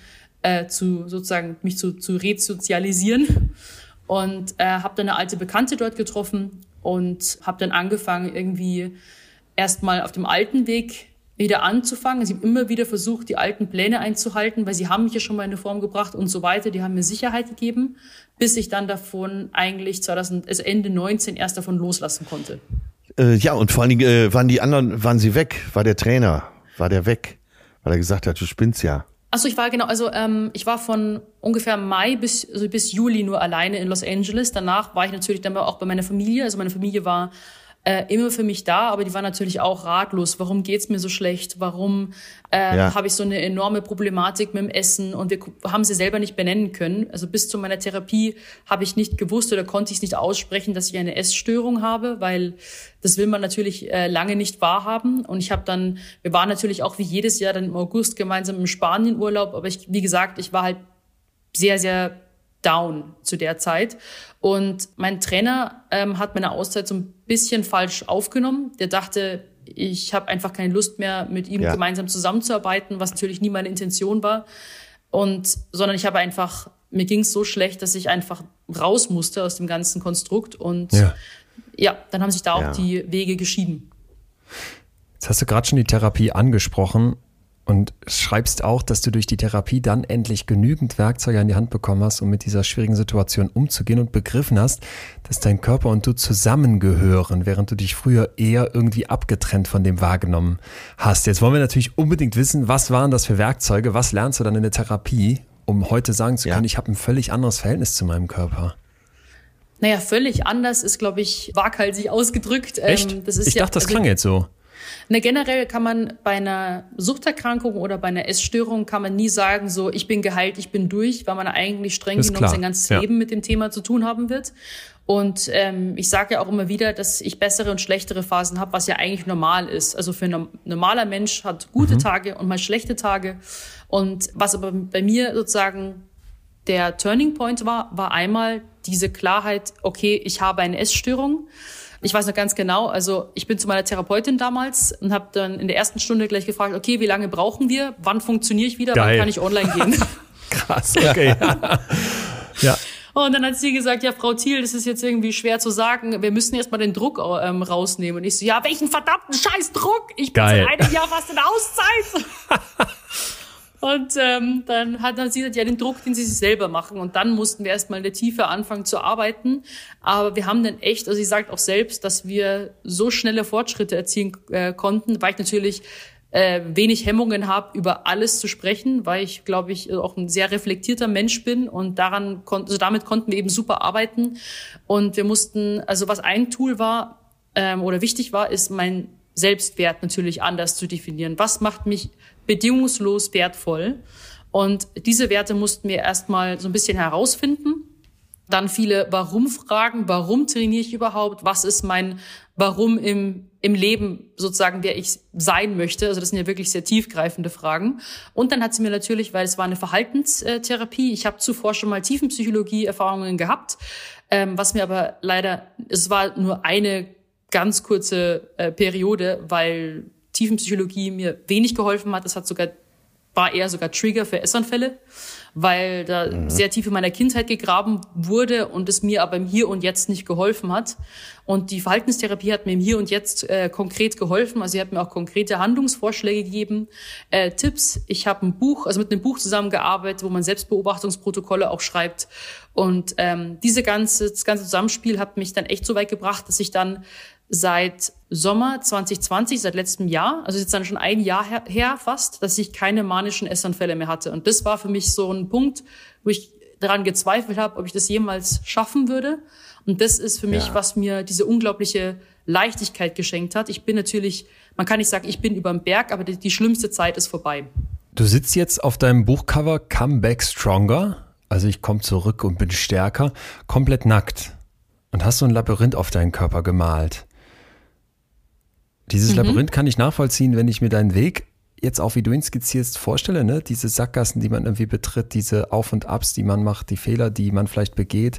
mich zu resozialisieren und habe dann eine alte Bekannte dort getroffen und habe dann angefangen, irgendwie erstmal auf dem alten Weg wieder anzufangen. Sie haben immer wieder versucht, die alten Pläne einzuhalten, weil sie haben mich ja schon mal in eine Form gebracht und so weiter. Die haben mir Sicherheit gegeben, bis ich dann davon eigentlich Ende 19 erst davon loslassen konnte. Und vor allen Dingen waren sie weg? War der Trainer, war der weg? Weil er gesagt hat, du spinnst ja. Achso, ich war von ungefähr Mai bis Juli nur alleine in Los Angeles. Danach war ich natürlich dann auch bei meiner Familie. Also meine Familie war immer für mich da, aber die waren natürlich auch ratlos. Warum geht's mir so schlecht? Warum habe ich so eine enorme Problematik mit dem Essen? Und wir haben sie selber nicht benennen können. Also bis zu meiner Therapie habe ich nicht gewusst oder konnte ich es nicht aussprechen, dass ich eine Essstörung habe, weil das will man natürlich lange nicht wahrhaben. Und wir waren natürlich auch wie jedes Jahr dann im August gemeinsam im Spanienurlaub, aber wie gesagt, ich war halt sehr, sehr down zu der Zeit. Und mein Trainer hat meine Auszeit so ein bisschen falsch aufgenommen. Der dachte, ich habe einfach keine Lust mehr, mit ihm gemeinsam zusammenzuarbeiten, was natürlich nie meine Intention war. Sondern mir ging es so schlecht, dass ich einfach raus musste aus dem ganzen Konstrukt. Und dann haben sich da auch die Wege geschieden. Jetzt hast du gerade schon die Therapie angesprochen. Und schreibst auch, dass du durch die Therapie dann endlich genügend Werkzeuge an die Hand bekommen hast, um mit dieser schwierigen Situation umzugehen und begriffen hast, dass dein Körper und du zusammengehören, während du dich früher eher irgendwie abgetrennt von dem wahrgenommen hast. Jetzt wollen wir natürlich unbedingt wissen, was waren das für Werkzeuge, was lernst du dann in der Therapie, um heute sagen zu können, ich habe ein völlig anderes Verhältnis zu meinem Körper? Naja, völlig anders ist, glaube ich, waghalsig ausgedrückt. Echt? Ich dachte, das klang jetzt so. Generell kann man bei einer Suchterkrankung oder bei einer Essstörung kann man nie sagen, so ich bin geheilt, ich bin durch, weil man eigentlich streng genommen sein ganzes Leben mit dem Thema zu tun haben wird. Und ich sage ja auch immer wieder, dass ich bessere und schlechtere Phasen habe, was ja eigentlich normal ist. Also für ein normaler Mensch hat gute Tage und mal schlechte Tage. Und was aber bei mir sozusagen der Turning Point war einmal diese Klarheit, okay, ich habe eine Essstörung. Ich weiß noch ganz genau, also ich bin zu meiner Therapeutin damals und habe dann in der ersten Stunde gleich gefragt, okay, wie lange brauchen wir? Wann funktioniere ich wieder? Geil. Wann kann ich online gehen? Krass, okay. Ja. Und dann hat sie gesagt, ja, Frau Thiel, das ist jetzt irgendwie schwer zu sagen. Wir müssen erst mal den Druck rausnehmen. Und ich so, ja, welchen verdammten scheiß Druck? Ich bin seit einem Jahr fast in Auszeit. Und dann hat sie gesagt, ja, den Druck, den sie sich selber machen. Und dann mussten wir erstmal in der Tiefe anfangen zu arbeiten. Aber wir haben dann echt, also sie sagt auch selbst, dass wir so schnelle Fortschritte erzielen konnten, weil ich natürlich wenig Hemmungen habe, über alles zu sprechen, weil ich, glaube ich, auch ein sehr reflektierter Mensch bin. Und damit konnten wir eben super arbeiten. Und wir mussten, also was ein Tool war oder wichtig war, ist mein Selbstwert natürlich anders zu definieren. Was macht mich bedingungslos wertvoll? Und diese Werte mussten wir erstmal so ein bisschen herausfinden. Dann viele Warum-Fragen. Warum trainiere ich überhaupt? Was ist mein Warum im Leben sozusagen, wer ich sein möchte? Also das sind ja wirklich sehr tiefgreifende Fragen. Und dann hat sie mir natürlich, weil es war eine Verhaltenstherapie, ich habe zuvor schon mal Tiefenpsychologie-Erfahrungen gehabt, was mir aber leider, es war nur eine ganz kurze Periode, weil Tiefenpsychologie mir wenig geholfen hat. Das war eher sogar Trigger für Essanfälle, weil da sehr tief in meiner Kindheit gegraben wurde und es mir aber im Hier und Jetzt nicht geholfen hat. Und die Verhaltenstherapie hat mir im Hier und Jetzt konkret geholfen. Also sie hat mir auch konkrete Handlungsvorschläge gegeben, Tipps. Ich habe mit einem Buch zusammengearbeitet, wo man Selbstbeobachtungsprotokolle auch schreibt. Und das ganze Zusammenspiel hat mich dann echt so weit gebracht, dass ich dann seit Sommer 2020, seit letztem Jahr, also jetzt dann schon ein Jahr her fast, dass ich keine manischen Essanfälle mehr hatte. Und das war für mich so ein Punkt, wo ich daran gezweifelt habe, ob ich das jemals schaffen würde. Und das ist für mich, was mir diese unglaubliche Leichtigkeit geschenkt hat. Ich bin natürlich, man kann nicht sagen, ich bin überm Berg, aber die schlimmste Zeit ist vorbei. Du sitzt jetzt auf deinem Buchcover Come Back Stronger, also ich komme zurück und bin stärker, komplett nackt und hast so ein Labyrinth auf deinen Körper gemalt. Dieses Labyrinth kann ich nachvollziehen, wenn ich mir deinen Weg jetzt auch, wie du ihn skizzierst, vorstelle, ne? Diese Sackgassen, die man irgendwie betritt, diese Auf und Abs, die man macht, die Fehler, die man vielleicht begeht.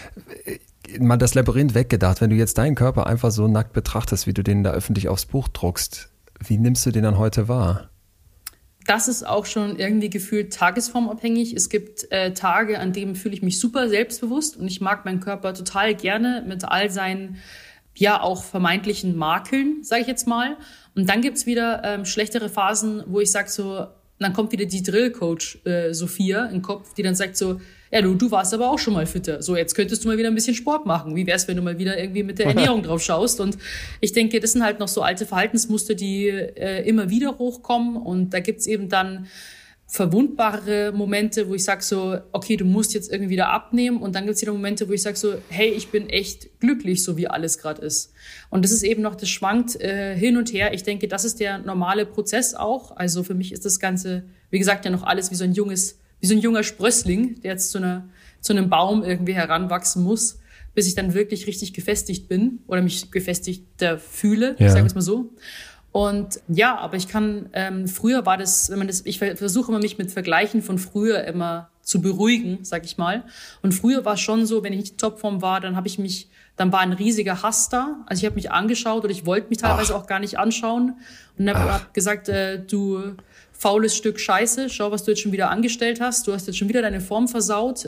Mal das Labyrinth weggedacht, wenn du jetzt deinen Körper einfach so nackt betrachtest, wie du den da öffentlich aufs Buch druckst, wie nimmst du den dann heute wahr? Das ist auch schon irgendwie gefühlt tagesformabhängig. Es gibt Tage, an denen fühle ich mich super selbstbewusst und ich mag meinen Körper total gerne mit all seinen auch vermeintlichen Makeln, sage ich jetzt mal. Und dann gibt's wieder schlechtere Phasen, wo ich sag so, dann kommt wieder die Drillcoach Sophia in den Kopf, die dann sagt so, ja du warst aber auch schon mal fitter. So, jetzt könntest du mal wieder ein bisschen Sport machen. Wie wär's, wenn du mal wieder irgendwie mit der Ernährung drauf schaust? Und ich denke, das sind halt noch so alte Verhaltensmuster, die immer wieder hochkommen. Und da gibt's eben dann verwundbare Momente, wo ich sage so, okay, du musst jetzt irgendwie wieder abnehmen. Und dann gibt es wieder Momente, wo ich sage so, hey, ich bin echt glücklich, so wie alles gerade ist. Und das ist eben noch, das schwankt hin und her. Ich denke, das ist der normale Prozess auch. Also für mich ist das Ganze, wie gesagt, ja noch alles wie so ein junger Sprössling, der jetzt zu einem Baum irgendwie heranwachsen muss, bis ich dann wirklich richtig gefestigt bin oder mich gefestigter fühle, sagen wir es mal so. Und ja, aber ich kann, früher war das, ich versuche immer mich mit Vergleichen von früher immer zu beruhigen, sag ich mal. Und früher war es schon so, wenn ich nicht in Topform war, dann war ein riesiger Hass da. Also ich habe mich angeschaut oder ich wollte mich teilweise auch gar nicht anschauen und habe gesagt, du faules Stück Scheiße, schau, was du jetzt schon wieder angestellt hast. Du hast jetzt schon wieder deine Form versaut.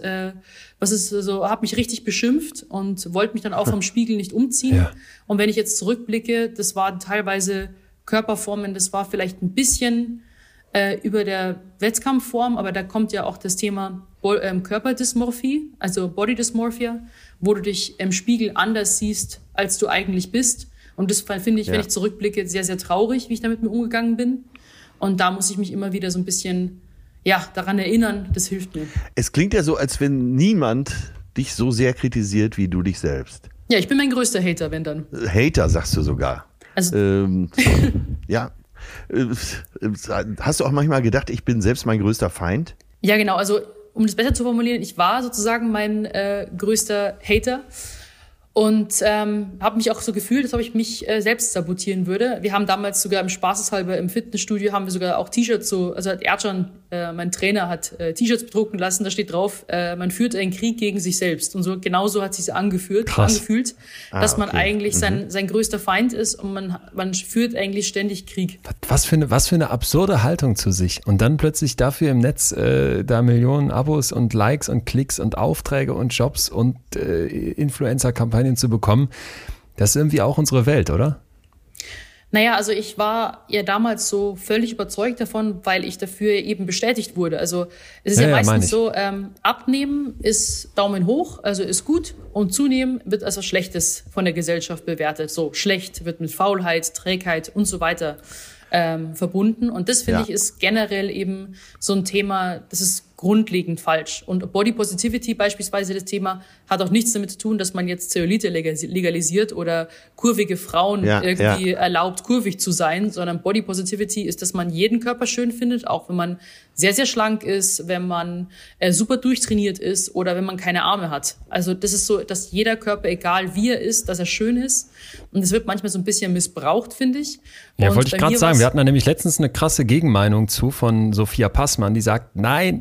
Hab mich richtig beschimpft und wollte mich dann auch vom Spiegel nicht umziehen. Ja. Und wenn ich jetzt zurückblicke, das waren teilweise Körperformen, das war vielleicht ein bisschen über der Wettkampfform, aber da kommt ja auch das Thema Körperdysmorphie, also Body Dysmorphia, wo du dich im Spiegel anders siehst, als du eigentlich bist. Und das finde ich, wenn ich zurückblicke, sehr, sehr traurig, wie ich damit umgegangen bin. Und da muss ich mich immer wieder so ein bisschen daran erinnern, das hilft mir. Es klingt ja so, als wenn niemand dich so sehr kritisiert wie du dich selbst. Ja, ich bin mein größter Hater, wenn dann. Hater, sagst du sogar. Also, ja. Hast du auch manchmal gedacht, ich bin selbst mein größter Feind? Ja, genau. Also, um das besser zu formulieren, ich war sozusagen mein größter Hater. Und habe mich auch so gefühlt, als ob ich mich selbst sabotieren würde. Wir haben damals sogar im Spaßeshalber im Fitnessstudio haben wir sogar auch T-Shirts also hat Ercan, mein Trainer, hat T-Shirts bedrucken lassen, da steht drauf, man führt einen Krieg gegen sich selbst. Und so genauso hat es sich angefühlt, dass man eigentlich sein größter Feind ist und man führt eigentlich ständig Krieg. Was für eine absurde Haltung zu sich. Und dann plötzlich dafür im Netz da Millionen Abos und Likes und Klicks und Aufträge und Jobs und Influencer-Kampagnen zu bekommen, das ist irgendwie auch unsere Welt, oder? Naja, also ich war ja damals so völlig überzeugt davon, weil ich dafür eben bestätigt wurde. Also es ist ja meistens so, abnehmen ist Daumen hoch, also ist gut, und zunehmen wird als was Schlechtes von der Gesellschaft bewertet. So schlecht wird mit Faulheit, Trägheit und so weiter verbunden. Und das, finde ich, ist generell eben so ein Thema, das ist grundlegend falsch. Und Body Positivity beispielsweise, das Thema, hat auch nichts damit zu tun, dass man jetzt Zellulite legalisiert oder kurvige Frauen erlaubt, kurvig zu sein, sondern Body Positivity ist, dass man jeden Körper schön findet, auch wenn man sehr, sehr schlank ist, wenn man super durchtrainiert ist oder wenn man keine Arme hat. Also das ist so, dass jeder Körper, egal wie er ist, dass er schön ist. Und das wird manchmal so ein bisschen missbraucht, finde ich. Ja, wollte ich gerade sagen. Wir hatten da nämlich letztens eine krasse Gegenmeinung von Sophia Passmann, die sagt, nein,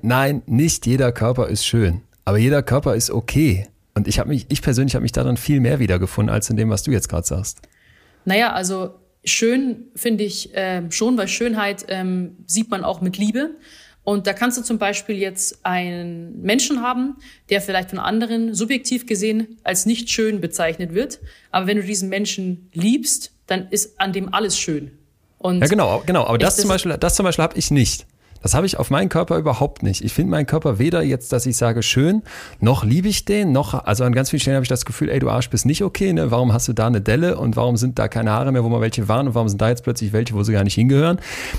nicht jeder Körper ist schön, aber jeder Körper ist okay. Und ich persönlich habe mich darin viel mehr wiedergefunden, als in dem, was du jetzt gerade sagst. Naja, also schön finde ich schon, weil Schönheit sieht man auch mit Liebe. Und da kannst du zum Beispiel jetzt einen Menschen haben, der vielleicht von anderen subjektiv gesehen als nicht schön bezeichnet wird. Aber wenn du diesen Menschen liebst, dann ist an dem alles schön. Und ja, genau. Aber das zum Beispiel habe ich nicht. Das habe ich auf meinen Körper überhaupt nicht. Ich finde meinen Körper weder jetzt, dass ich sage schön, noch liebe ich den, also an ganz vielen Stellen habe ich das Gefühl, ey, du Arsch, bist nicht okay, ne? Warum hast du da eine Delle und warum sind da keine Haare mehr, wo mal welche waren und warum sind da jetzt plötzlich welche, wo sie gar nicht hingehören?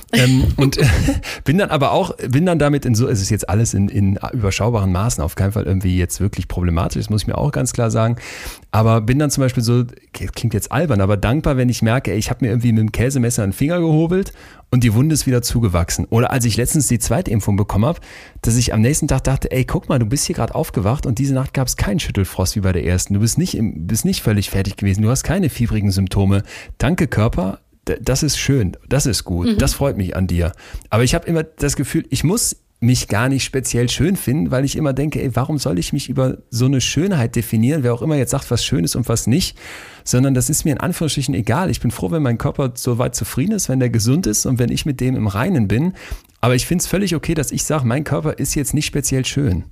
Und bin dann damit es ist jetzt alles in überschaubaren Maßen, auf keinen Fall irgendwie jetzt wirklich problematisch, das muss ich mir auch ganz klar sagen, aber bin dann zum Beispiel so, klingt jetzt albern, aber dankbar, wenn ich merke, ey, ich habe mir irgendwie mit dem Käsemesser einen Finger gehobelt und die Wunde ist wieder zugewachsen. Oder als ich letztens die zweite Impfung bekommen habe, dass ich am nächsten Tag dachte, ey, guck mal, du bist hier gerade aufgewacht und diese Nacht gab es keinen Schüttelfrost wie bei der ersten. Du bist nicht völlig fertig gewesen, du hast keine fiebrigen Symptome. Danke, Körper, das ist schön, das ist gut, das freut mich an dir. Aber ich habe immer das Gefühl, ich muss mich gar nicht speziell schön finden, weil ich immer denke, ey, warum soll ich mich über so eine Schönheit definieren, wer auch immer jetzt sagt, was schön ist und was nicht, sondern das ist mir in Anführungsstrichen egal. Ich bin froh, wenn mein Körper soweit zufrieden ist, wenn der gesund ist und wenn ich mit dem im Reinen bin. Aber ich finde es völlig okay, dass ich sage, mein Körper ist jetzt nicht speziell schön.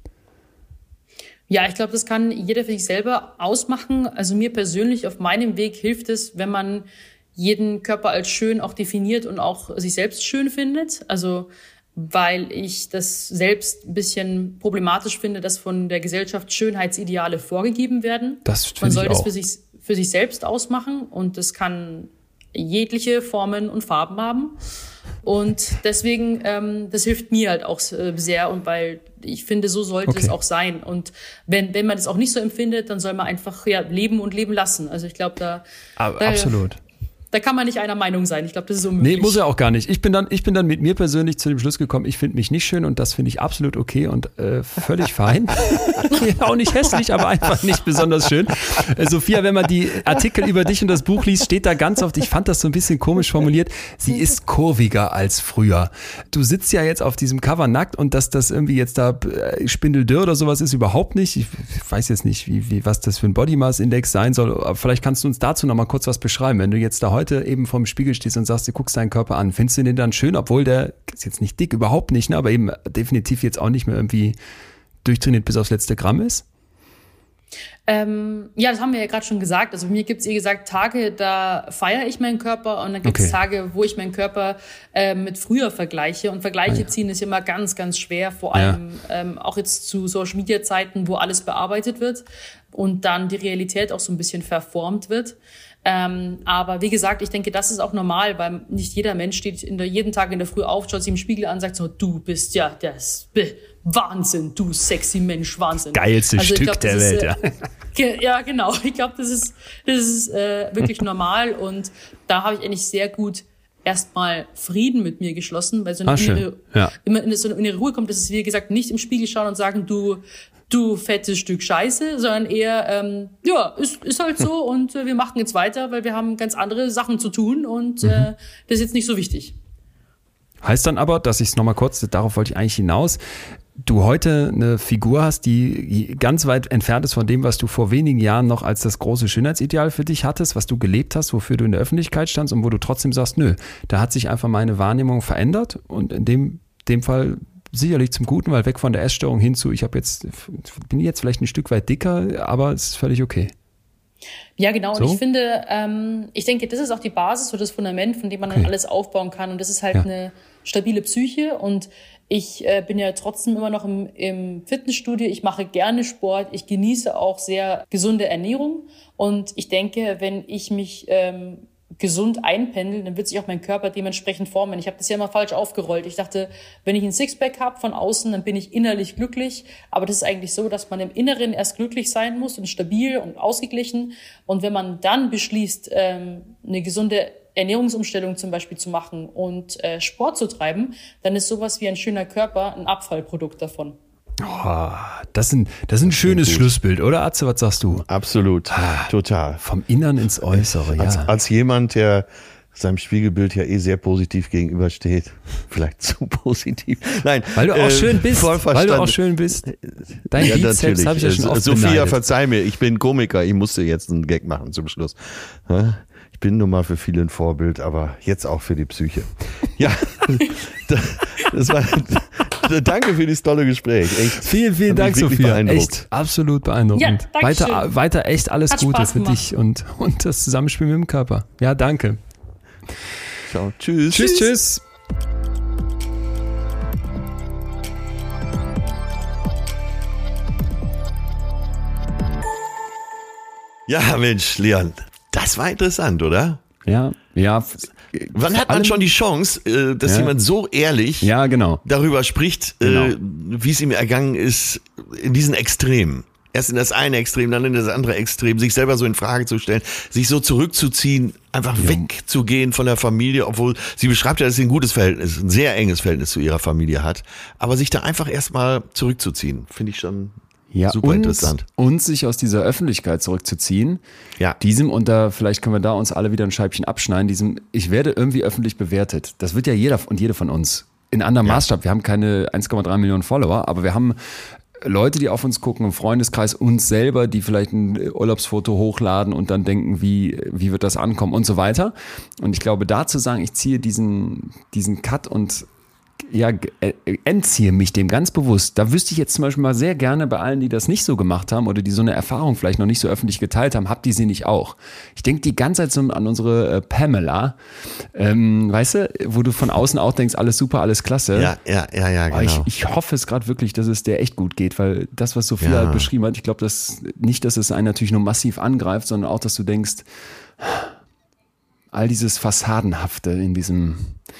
Ja, ich glaube, das kann jeder für sich selber ausmachen. Also mir persönlich auf meinem Weg hilft es, wenn man jeden Körper als schön auch definiert und auch sich selbst schön findet. Also weil ich das selbst ein bisschen problematisch finde, dass von der Gesellschaft Schönheitsideale vorgegeben werden. Das finde ich auch. Man soll das für sich selbst ausmachen und das kann jegliche Formen und Farben haben. Und deswegen, das hilft mir halt auch sehr und weil ich finde, so sollte es auch sein. Und wenn man das auch nicht so empfindet, dann soll man einfach leben und leben lassen. Also ich glaube, absolut. Da kann man nicht einer Meinung sein. Ich glaube, das ist unmöglich. Nee, muss er auch gar nicht. Ich bin dann mit mir persönlich zu dem Schluss gekommen, ich finde mich nicht schön und das finde ich absolut okay und völlig fein. Auch nicht hässlich, aber einfach nicht besonders schön. Sophia, wenn man die Artikel über dich und das Buch liest, steht da ganz oft, ich fand das so ein bisschen komisch formuliert, sie ist kurviger als früher. Du sitzt ja jetzt auf diesem Cover nackt und dass das irgendwie jetzt da Spindeldürr oder sowas ist, überhaupt nicht. Ich weiß jetzt nicht, was das für ein Body Mass Index sein soll, aber vielleicht kannst du uns dazu noch mal kurz was beschreiben. Wenn du jetzt da heute eben vorm Spiegel stehst und sagst, du guckst deinen Körper an, findest du den dann schön, obwohl der ist jetzt nicht dick, überhaupt nicht, ne, aber eben definitiv jetzt auch nicht mehr irgendwie durchtrainiert bis aufs letzte Gramm ist? Das haben wir ja gerade schon gesagt. Also bei mir gibt es, wie gesagt, Tage, da feiere ich meinen Körper und dann gibt es Tage, wo ich meinen Körper mit früher vergleiche. Und Vergleiche ziehen ist immer ganz, ganz schwer, vor allem auch jetzt zu Social-Media-Zeiten, wo alles bearbeitet wird und dann die Realität auch so ein bisschen verformt wird. Aber wie gesagt, ich denke, das ist auch normal, weil nicht jeder Mensch steht jeden Tag in der Früh auf, schaut sich im Spiegel an und sagt so, du bist ja das Wahnsinn, du sexy Mensch, Wahnsinn. Geilste Stück der Welt, ja, genau. Ich glaube, das ist wirklich normal und da habe ich eigentlich sehr gut erstmal Frieden mit mir geschlossen, weil so eine innere Ruhe kommt, dass es, wie gesagt, nicht im Spiegel schauen und sagen, du fettes Stück Scheiße, sondern eher, ist halt so und wir machen jetzt weiter, weil wir haben ganz andere Sachen zu tun und das ist jetzt nicht so wichtig. Heißt dann aber, dass ich es nochmal kurz, darauf wollte ich eigentlich hinaus, du heute eine Figur hast, die ganz weit entfernt ist von dem, was du vor wenigen Jahren noch als das große Schönheitsideal für dich hattest, was du gelebt hast, wofür du in der Öffentlichkeit standst und wo du trotzdem sagst, nö, da hat sich einfach meine Wahrnehmung verändert und in dem Fall sicherlich zum Guten, weil weg von der Essstörung hin zu, bin jetzt vielleicht ein Stück weit dicker, aber es ist völlig okay. Ja, genau. So? Und ich finde, ich denke, das ist auch die Basis oder das Fundament, von dem man dann alles aufbauen kann. Und das ist halt eine stabile Psyche. Und ich bin ja trotzdem immer noch im Fitnessstudio. Ich mache gerne Sport. Ich genieße auch sehr gesunde Ernährung. Und ich denke, wenn ich mich gesund einpendeln, dann wird sich auch mein Körper dementsprechend formen. Ich habe das ja immer falsch aufgerollt. Ich dachte, wenn ich ein Sixpack habe von außen, dann bin ich innerlich glücklich. Aber das ist eigentlich so, dass man im Inneren erst glücklich sein muss und stabil und ausgeglichen. Und wenn man dann beschließt, eine gesunde Ernährungsumstellung zum Beispiel zu machen und Sport zu treiben, dann ist sowas wie ein schöner Körper ein Abfallprodukt davon. Oh, das ist ein schönes Schlussbild, oder Atze? Was sagst du? Absolut, total. Vom Innern ins Äußere, ja. Als jemand, der seinem Spiegelbild ja sehr positiv gegenübersteht. Vielleicht zu positiv. Nein. Weil du auch schön bist. Dein Bizeps habe ich ja schon oft Sophia, beneidet. verzeih mir, ich bin Komiker, ich musste jetzt einen Gag machen zum Schluss. Ich bin nun mal für viele ein Vorbild, aber jetzt auch für die Psyche. Ja, das war... Danke für dieses tolle Gespräch. Echt. Vielen Dank, Sophia. Echt absolut beeindruckend. Ja, weiter echt alles Hat Gute Spaß für gemacht. dich und das Zusammenspiel mit dem Körper. Ja, danke. Ciao. Tschüss. Tschüss. Ja, Mensch, Leon, das war interessant, oder? Ja. Wann hat man schon die Chance, dass jemand so ehrlich darüber spricht, wie es ihm ergangen ist, in diesen Extremen? Erst in das eine Extrem, dann in das andere Extrem, sich selber so in Frage zu stellen, sich so zurückzuziehen, einfach wegzugehen von der Familie, obwohl sie beschreibt ja, dass sie ein gutes Verhältnis, ein sehr enges Verhältnis zu ihrer Familie hat, aber sich da einfach erstmal zurückzuziehen, finde ich schon super interessant. Und sich aus dieser Öffentlichkeit zurückzuziehen, vielleicht können wir da uns alle wieder ein Scheibchen abschneiden, ich werde irgendwie öffentlich bewertet. Das wird ja jeder und jede von uns in anderem Maßstab. Wir haben keine 1,3 Millionen Follower, aber wir haben Leute, die auf uns gucken, im Freundeskreis, uns selber, die vielleicht ein Urlaubsfoto hochladen und dann denken, wie wird das ankommen und so weiter. Und ich glaube, da zu sagen, ich ziehe diesen Cut und entziehe mich dem ganz bewusst. Da wüsste ich jetzt zum Beispiel mal sehr gerne bei allen, die das nicht so gemacht haben oder die so eine Erfahrung vielleicht noch nicht so öffentlich geteilt haben, habt ihr sie nicht auch? Ich denke die ganze Zeit so an unsere Pamela, weißt du, wo du von außen auch denkst, alles super, alles klasse. Ja, genau. Ich hoffe es gerade wirklich, dass es der echt gut geht, weil das, was Sophia halt beschrieben hat, ich glaube, dass es einen natürlich nur massiv angreift, sondern auch, dass du denkst, all dieses Fassadenhafte in diesem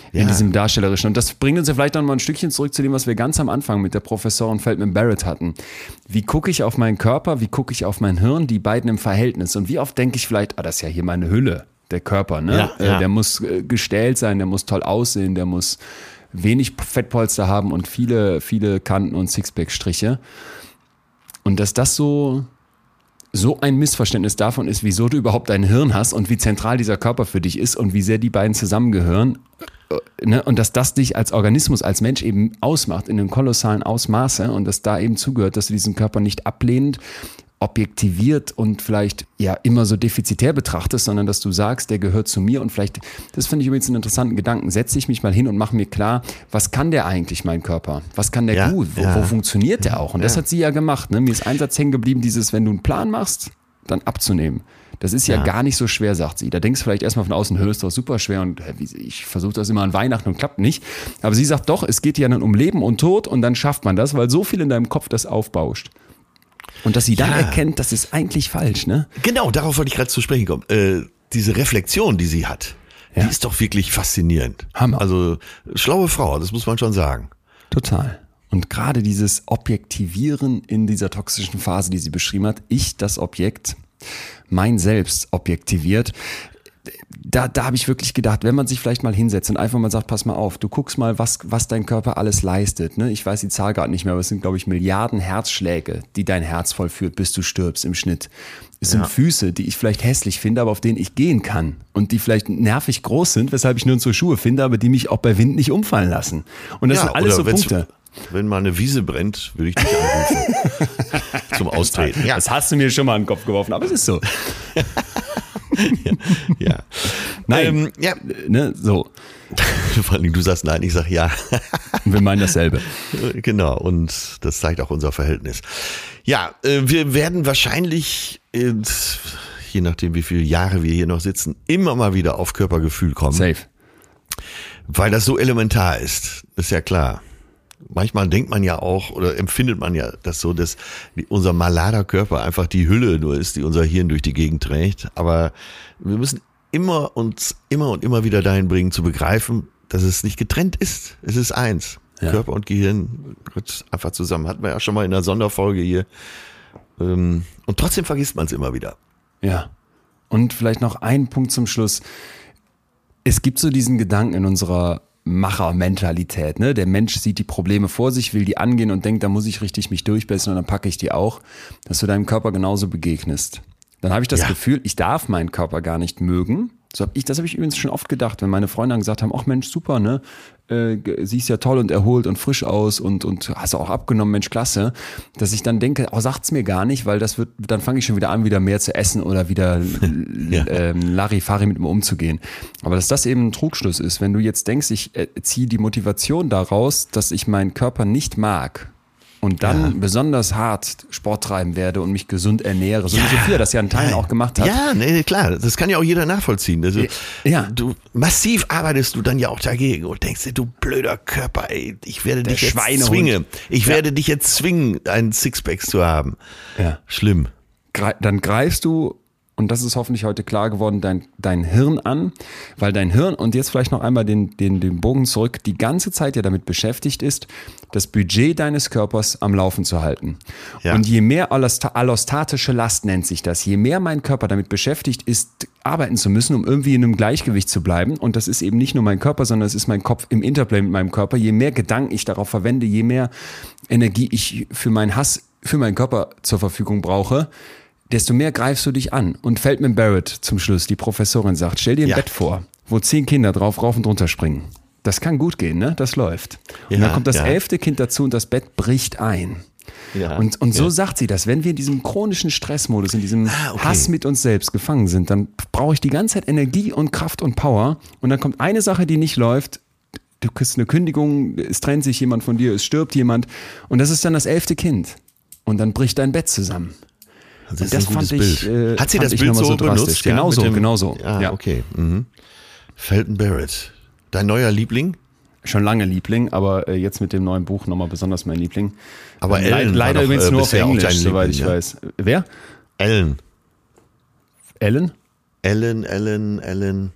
in diesem Darstellerischen. Und das bringt uns ja vielleicht noch mal ein Stückchen zurück zu dem, was wir ganz am Anfang mit der Professorin Feldman Barrett hatten. Wie gucke ich auf meinen Körper, wie gucke ich auf mein Hirn, die beiden im Verhältnis? Und wie oft denke ich vielleicht, das ist ja hier meine Hülle, der Körper, ne? Der muss gestählt sein, der muss toll aussehen, der muss wenig Fettpolster haben und viele, viele Kanten und Sixpack-Striche. Und dass das so ein Missverständnis davon ist, wieso du überhaupt ein Hirn hast und wie zentral dieser Körper für dich ist und wie sehr die beiden zusammengehören. Ne? Und dass das dich als Organismus, als Mensch eben ausmacht in einem kolossalen Ausmaße und dass da eben zugehört, dass du diesen Körper nicht ablehnend, objektiviert und vielleicht ja immer so defizitär betrachtest, sondern dass du sagst, der gehört zu mir und vielleicht, das finde ich übrigens einen interessanten Gedanken, setze ich mich mal hin und mache mir klar, was kann der eigentlich, mein Körper? Was kann der gut? Wo funktioniert der auch? Und das hat sie ja gemacht. Ne? Mir ist ein Satz hängen geblieben, dieses, wenn du einen Plan machst, dann abzunehmen. Das ist ja gar nicht so schwer, sagt sie. Da denkst du vielleicht erstmal von außen, ist doch super schwer und ich versuche das immer an Weihnachten und klappt nicht. Aber sie sagt doch, es geht ja dann um Leben und Tod und dann schafft man das, weil so viel in deinem Kopf das aufbauscht. Und dass sie dann erkennt, das ist eigentlich falsch, ne? Genau, darauf wollte ich gerade zu sprechen kommen. Diese Reflexion, die sie hat, die ist doch wirklich faszinierend. Hammer. Also schlaue Frau, das muss man schon sagen. Total. Und gerade dieses Objektivieren in dieser toxischen Phase, die sie beschrieben hat, ich das Objekt, mein Selbst objektiviert, da habe ich wirklich gedacht, wenn man sich vielleicht mal hinsetzt und einfach mal sagt, pass mal auf, du guckst mal, was dein Körper alles leistet. Ne? Ich weiß die Zahl gerade nicht mehr, aber es sind, glaube ich, Milliarden Herzschläge, die dein Herz vollführt, bis du stirbst im Schnitt. Es sind Füße, die ich vielleicht hässlich finde, aber auf denen ich gehen kann und die vielleicht nervig groß sind, weshalb ich nirgendwo Schuhe finde, aber die mich auch bei Wind nicht umfallen lassen. Und das sind alles so Punkte. Wenn mal eine Wiese brennt, würde ich dich anrufen zum Austreten. Ja. Das hast du mir schon mal in den Kopf geworfen, aber es ist so. Ja. Nein, ne, so. Vor allem du sagst nein, ich sag ja. Wir meinen dasselbe. Genau, und das zeigt auch unser Verhältnis. Ja, wir werden wahrscheinlich, je nachdem wie viele Jahre wir hier noch sitzen, immer mal wieder auf Körpergefühl kommen. Safe. Weil das so elementar ist, ist ja klar. Manchmal denkt man ja auch oder empfindet man ja das so, dass unser malader Körper einfach die Hülle nur ist, die unser Hirn durch die Gegend trägt. Aber wir müssen uns immer wieder dahin bringen, zu begreifen, dass es nicht getrennt ist. Es ist eins. Ja. Körper und Gehirn gehört einfach zusammen. Hatten wir ja schon mal in einer Sonderfolge hier. Und trotzdem vergisst man es immer wieder. Ja. Und vielleicht noch ein Punkt zum Schluss. Es gibt so diesen Gedanken in unserer Machermentalität, ne? Der Mensch sieht die Probleme vor sich, will die angehen und denkt, da muss ich richtig mich durchbessern und dann packe ich die auch, dass du deinem Körper genauso begegnest. Dann habe ich das Gefühl, ich darf meinen Körper gar nicht mögen. Das habe ich übrigens schon oft gedacht, wenn meine Freunde dann gesagt haben, ach Mensch, super, ne? Siehst ja toll und erholt und frisch aus und hast auch abgenommen, Mensch, klasse. Dass ich dann denke, sagt's mir gar nicht, weil dann fange ich schon wieder an, wieder mehr zu essen oder wieder Larifari mit mir umzugehen. Aber dass das eben ein Trugschluss ist, wenn du jetzt denkst, ich ziehe die Motivation daraus, dass ich meinen Körper nicht mag, und dann besonders hart Sport treiben werde und mich gesund ernähre, so wie Sophia das ja in Teilen auch gemacht hat. Ja, nee, klar, das kann ja auch jeder nachvollziehen. Also, du massiv arbeitest du dann ja auch dagegen und denkst dir, du blöder Körper, ey, ich werde dich jetzt zwingen. Ich werde dich jetzt zwingen, einen Sixpack zu haben. Ja. Schlimm. Dann greifst du, und das ist hoffentlich heute klar geworden, dein Hirn an, weil dein Hirn, und jetzt vielleicht noch einmal den Bogen zurück, die ganze Zeit ja damit beschäftigt ist, das Budget deines Körpers am Laufen zu halten. Ja. Und je mehr allostatische Last nennt sich das, je mehr mein Körper damit beschäftigt ist, arbeiten zu müssen, um irgendwie in einem Gleichgewicht zu bleiben, und das ist eben nicht nur mein Körper, sondern es ist mein Kopf im Interplay mit meinem Körper, je mehr Gedanken ich darauf verwende, je mehr Energie ich für meinen Hass, für meinen Körper zur Verfügung brauche, desto mehr greifst du dich an. Und Feldman Barrett zum Schluss, die Professorin, sagt, stell dir ein Bett vor, wo 10 Kinder drauf rauf und runter springen. Das kann gut gehen, ne? Das läuft. Und dann kommt das 11. Kind dazu und das Bett bricht ein. Ja, und so sagt sie das, wenn wir in diesem chronischen Stressmodus, in diesem Hass mit uns selbst gefangen sind, dann brauche ich die ganze Zeit Energie und Kraft und Power, und dann kommt eine Sache, die nicht läuft, du kriegst eine Kündigung, es trennt sich jemand von dir, es stirbt jemand, und das ist dann das 11. Kind. Und dann bricht dein Bett zusammen. Das fand ich, hat sie das Bild so benutzt? Ja, genau so. Ja, okay. Mhm. Feldman Barrett. Dein neuer Liebling? Schon lange Liebling, aber jetzt mit dem neuen Buch nochmal besonders mein Liebling. Aber Ellen leider übrigens nur auf Englisch, soweit ich weiß. Wer? Ellen. Ellen? Ellen.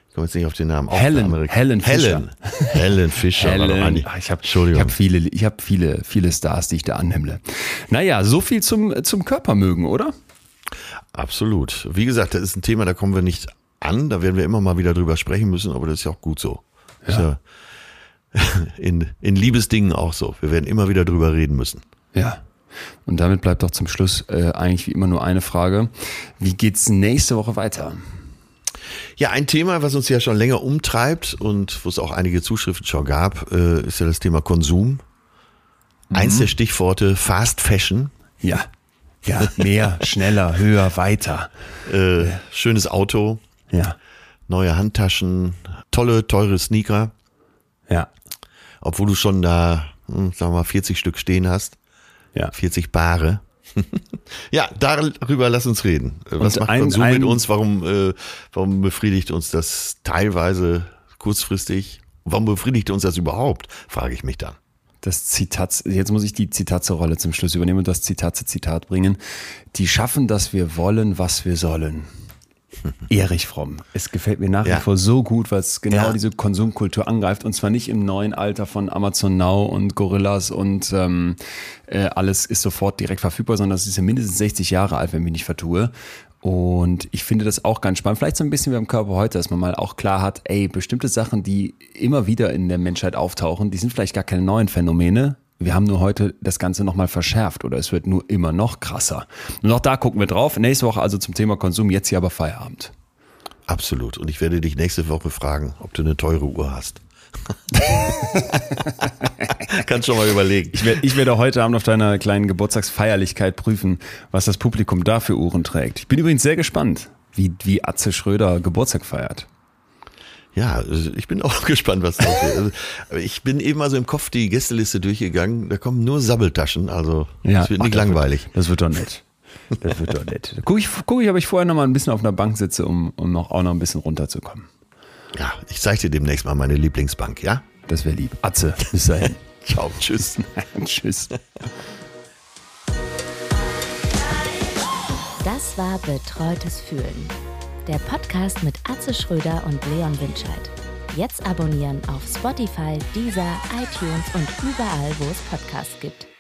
Ich komme jetzt nicht auf den Namen. Helen Fischer. Helen Fischer. Ich habe viele Stars, die ich da anhimmle. Naja, so viel zum Körpermögen, oder? Absolut. Wie gesagt, das ist ein Thema, da kommen wir nicht an. Da werden wir immer mal wieder drüber sprechen müssen, aber das ist ja auch gut so. Ja. Ist ja in Liebesdingen auch so. Wir werden immer wieder drüber reden müssen. Ja. Und damit bleibt doch zum Schluss eigentlich wie immer nur eine Frage. Wie geht's nächste Woche weiter? Ja, ein Thema, was uns ja schon länger umtreibt und wo es auch einige Zuschriften schon gab, ist ja das Thema Konsum. Eins der Stichworte Fast Fashion. Ja, mehr, schneller, höher, weiter. Schönes Auto. Ja. Neue Handtaschen, tolle, teure Sneaker. Ja. Obwohl du schon da, sagen wir mal, 40 Stück stehen hast. Ja. 40 Paare. Ja, darüber lass uns reden. Was macht Konsum mit uns? Warum befriedigt uns das teilweise kurzfristig? Warum befriedigt uns das überhaupt? Frage ich mich dann. Das Zitat, jetzt muss ich die Zitatsrolle zum Schluss übernehmen und das Zitat zu Zitat bringen. Die schaffen, dass wir wollen, was wir sollen. Erich Fromm. Es gefällt mir nach wie vor so gut, weil es genau diese Konsumkultur angreift und zwar nicht im neuen Alter von Amazon Now und Gorillas und alles ist sofort direkt verfügbar, sondern es ist ja mindestens 60 Jahre alt, wenn ich mich nicht vertue. Und ich finde das auch ganz spannend. Vielleicht so ein bisschen wie am Körper heute, dass man mal auch klar hat, bestimmte Sachen, die immer wieder in der Menschheit auftauchen, die sind vielleicht gar keine neuen Phänomene. Wir haben nur heute das Ganze nochmal verschärft oder es wird nur immer noch krasser. Und auch da gucken wir drauf. Nächste Woche also zum Thema Konsum, jetzt hier aber Feierabend. Absolut. Und ich werde dich nächste Woche fragen, ob du eine teure Uhr hast. Kannst schon mal überlegen. Ich werde heute Abend auf deiner kleinen Geburtstagsfeierlichkeit prüfen, was das Publikum da für Uhren trägt. Ich bin übrigens sehr gespannt, wie Atze Schröder Geburtstag feiert. Ja, ich bin auch gespannt, was drauf wird. Also, ich bin eben also im Kopf die Gästeliste durchgegangen. Da kommen nur Sabbeltaschen, also es wird nicht langweilig. Das wird doch nett. Das wird doch nett. Guck ich, ob ich vorher noch mal ein bisschen auf einer Bank sitze, um auch noch ein bisschen runterzukommen. Ja, ich zeige dir demnächst mal meine Lieblingsbank, ja? Das wäre lieb. Atze, bis dahin. Ciao, tschüss. Tschüss. Das war Betreutes Fühlen. Der Podcast mit Atze Schröder und Leon Winscheid. Jetzt abonnieren auf Spotify, Deezer, iTunes und überall, wo es Podcasts gibt.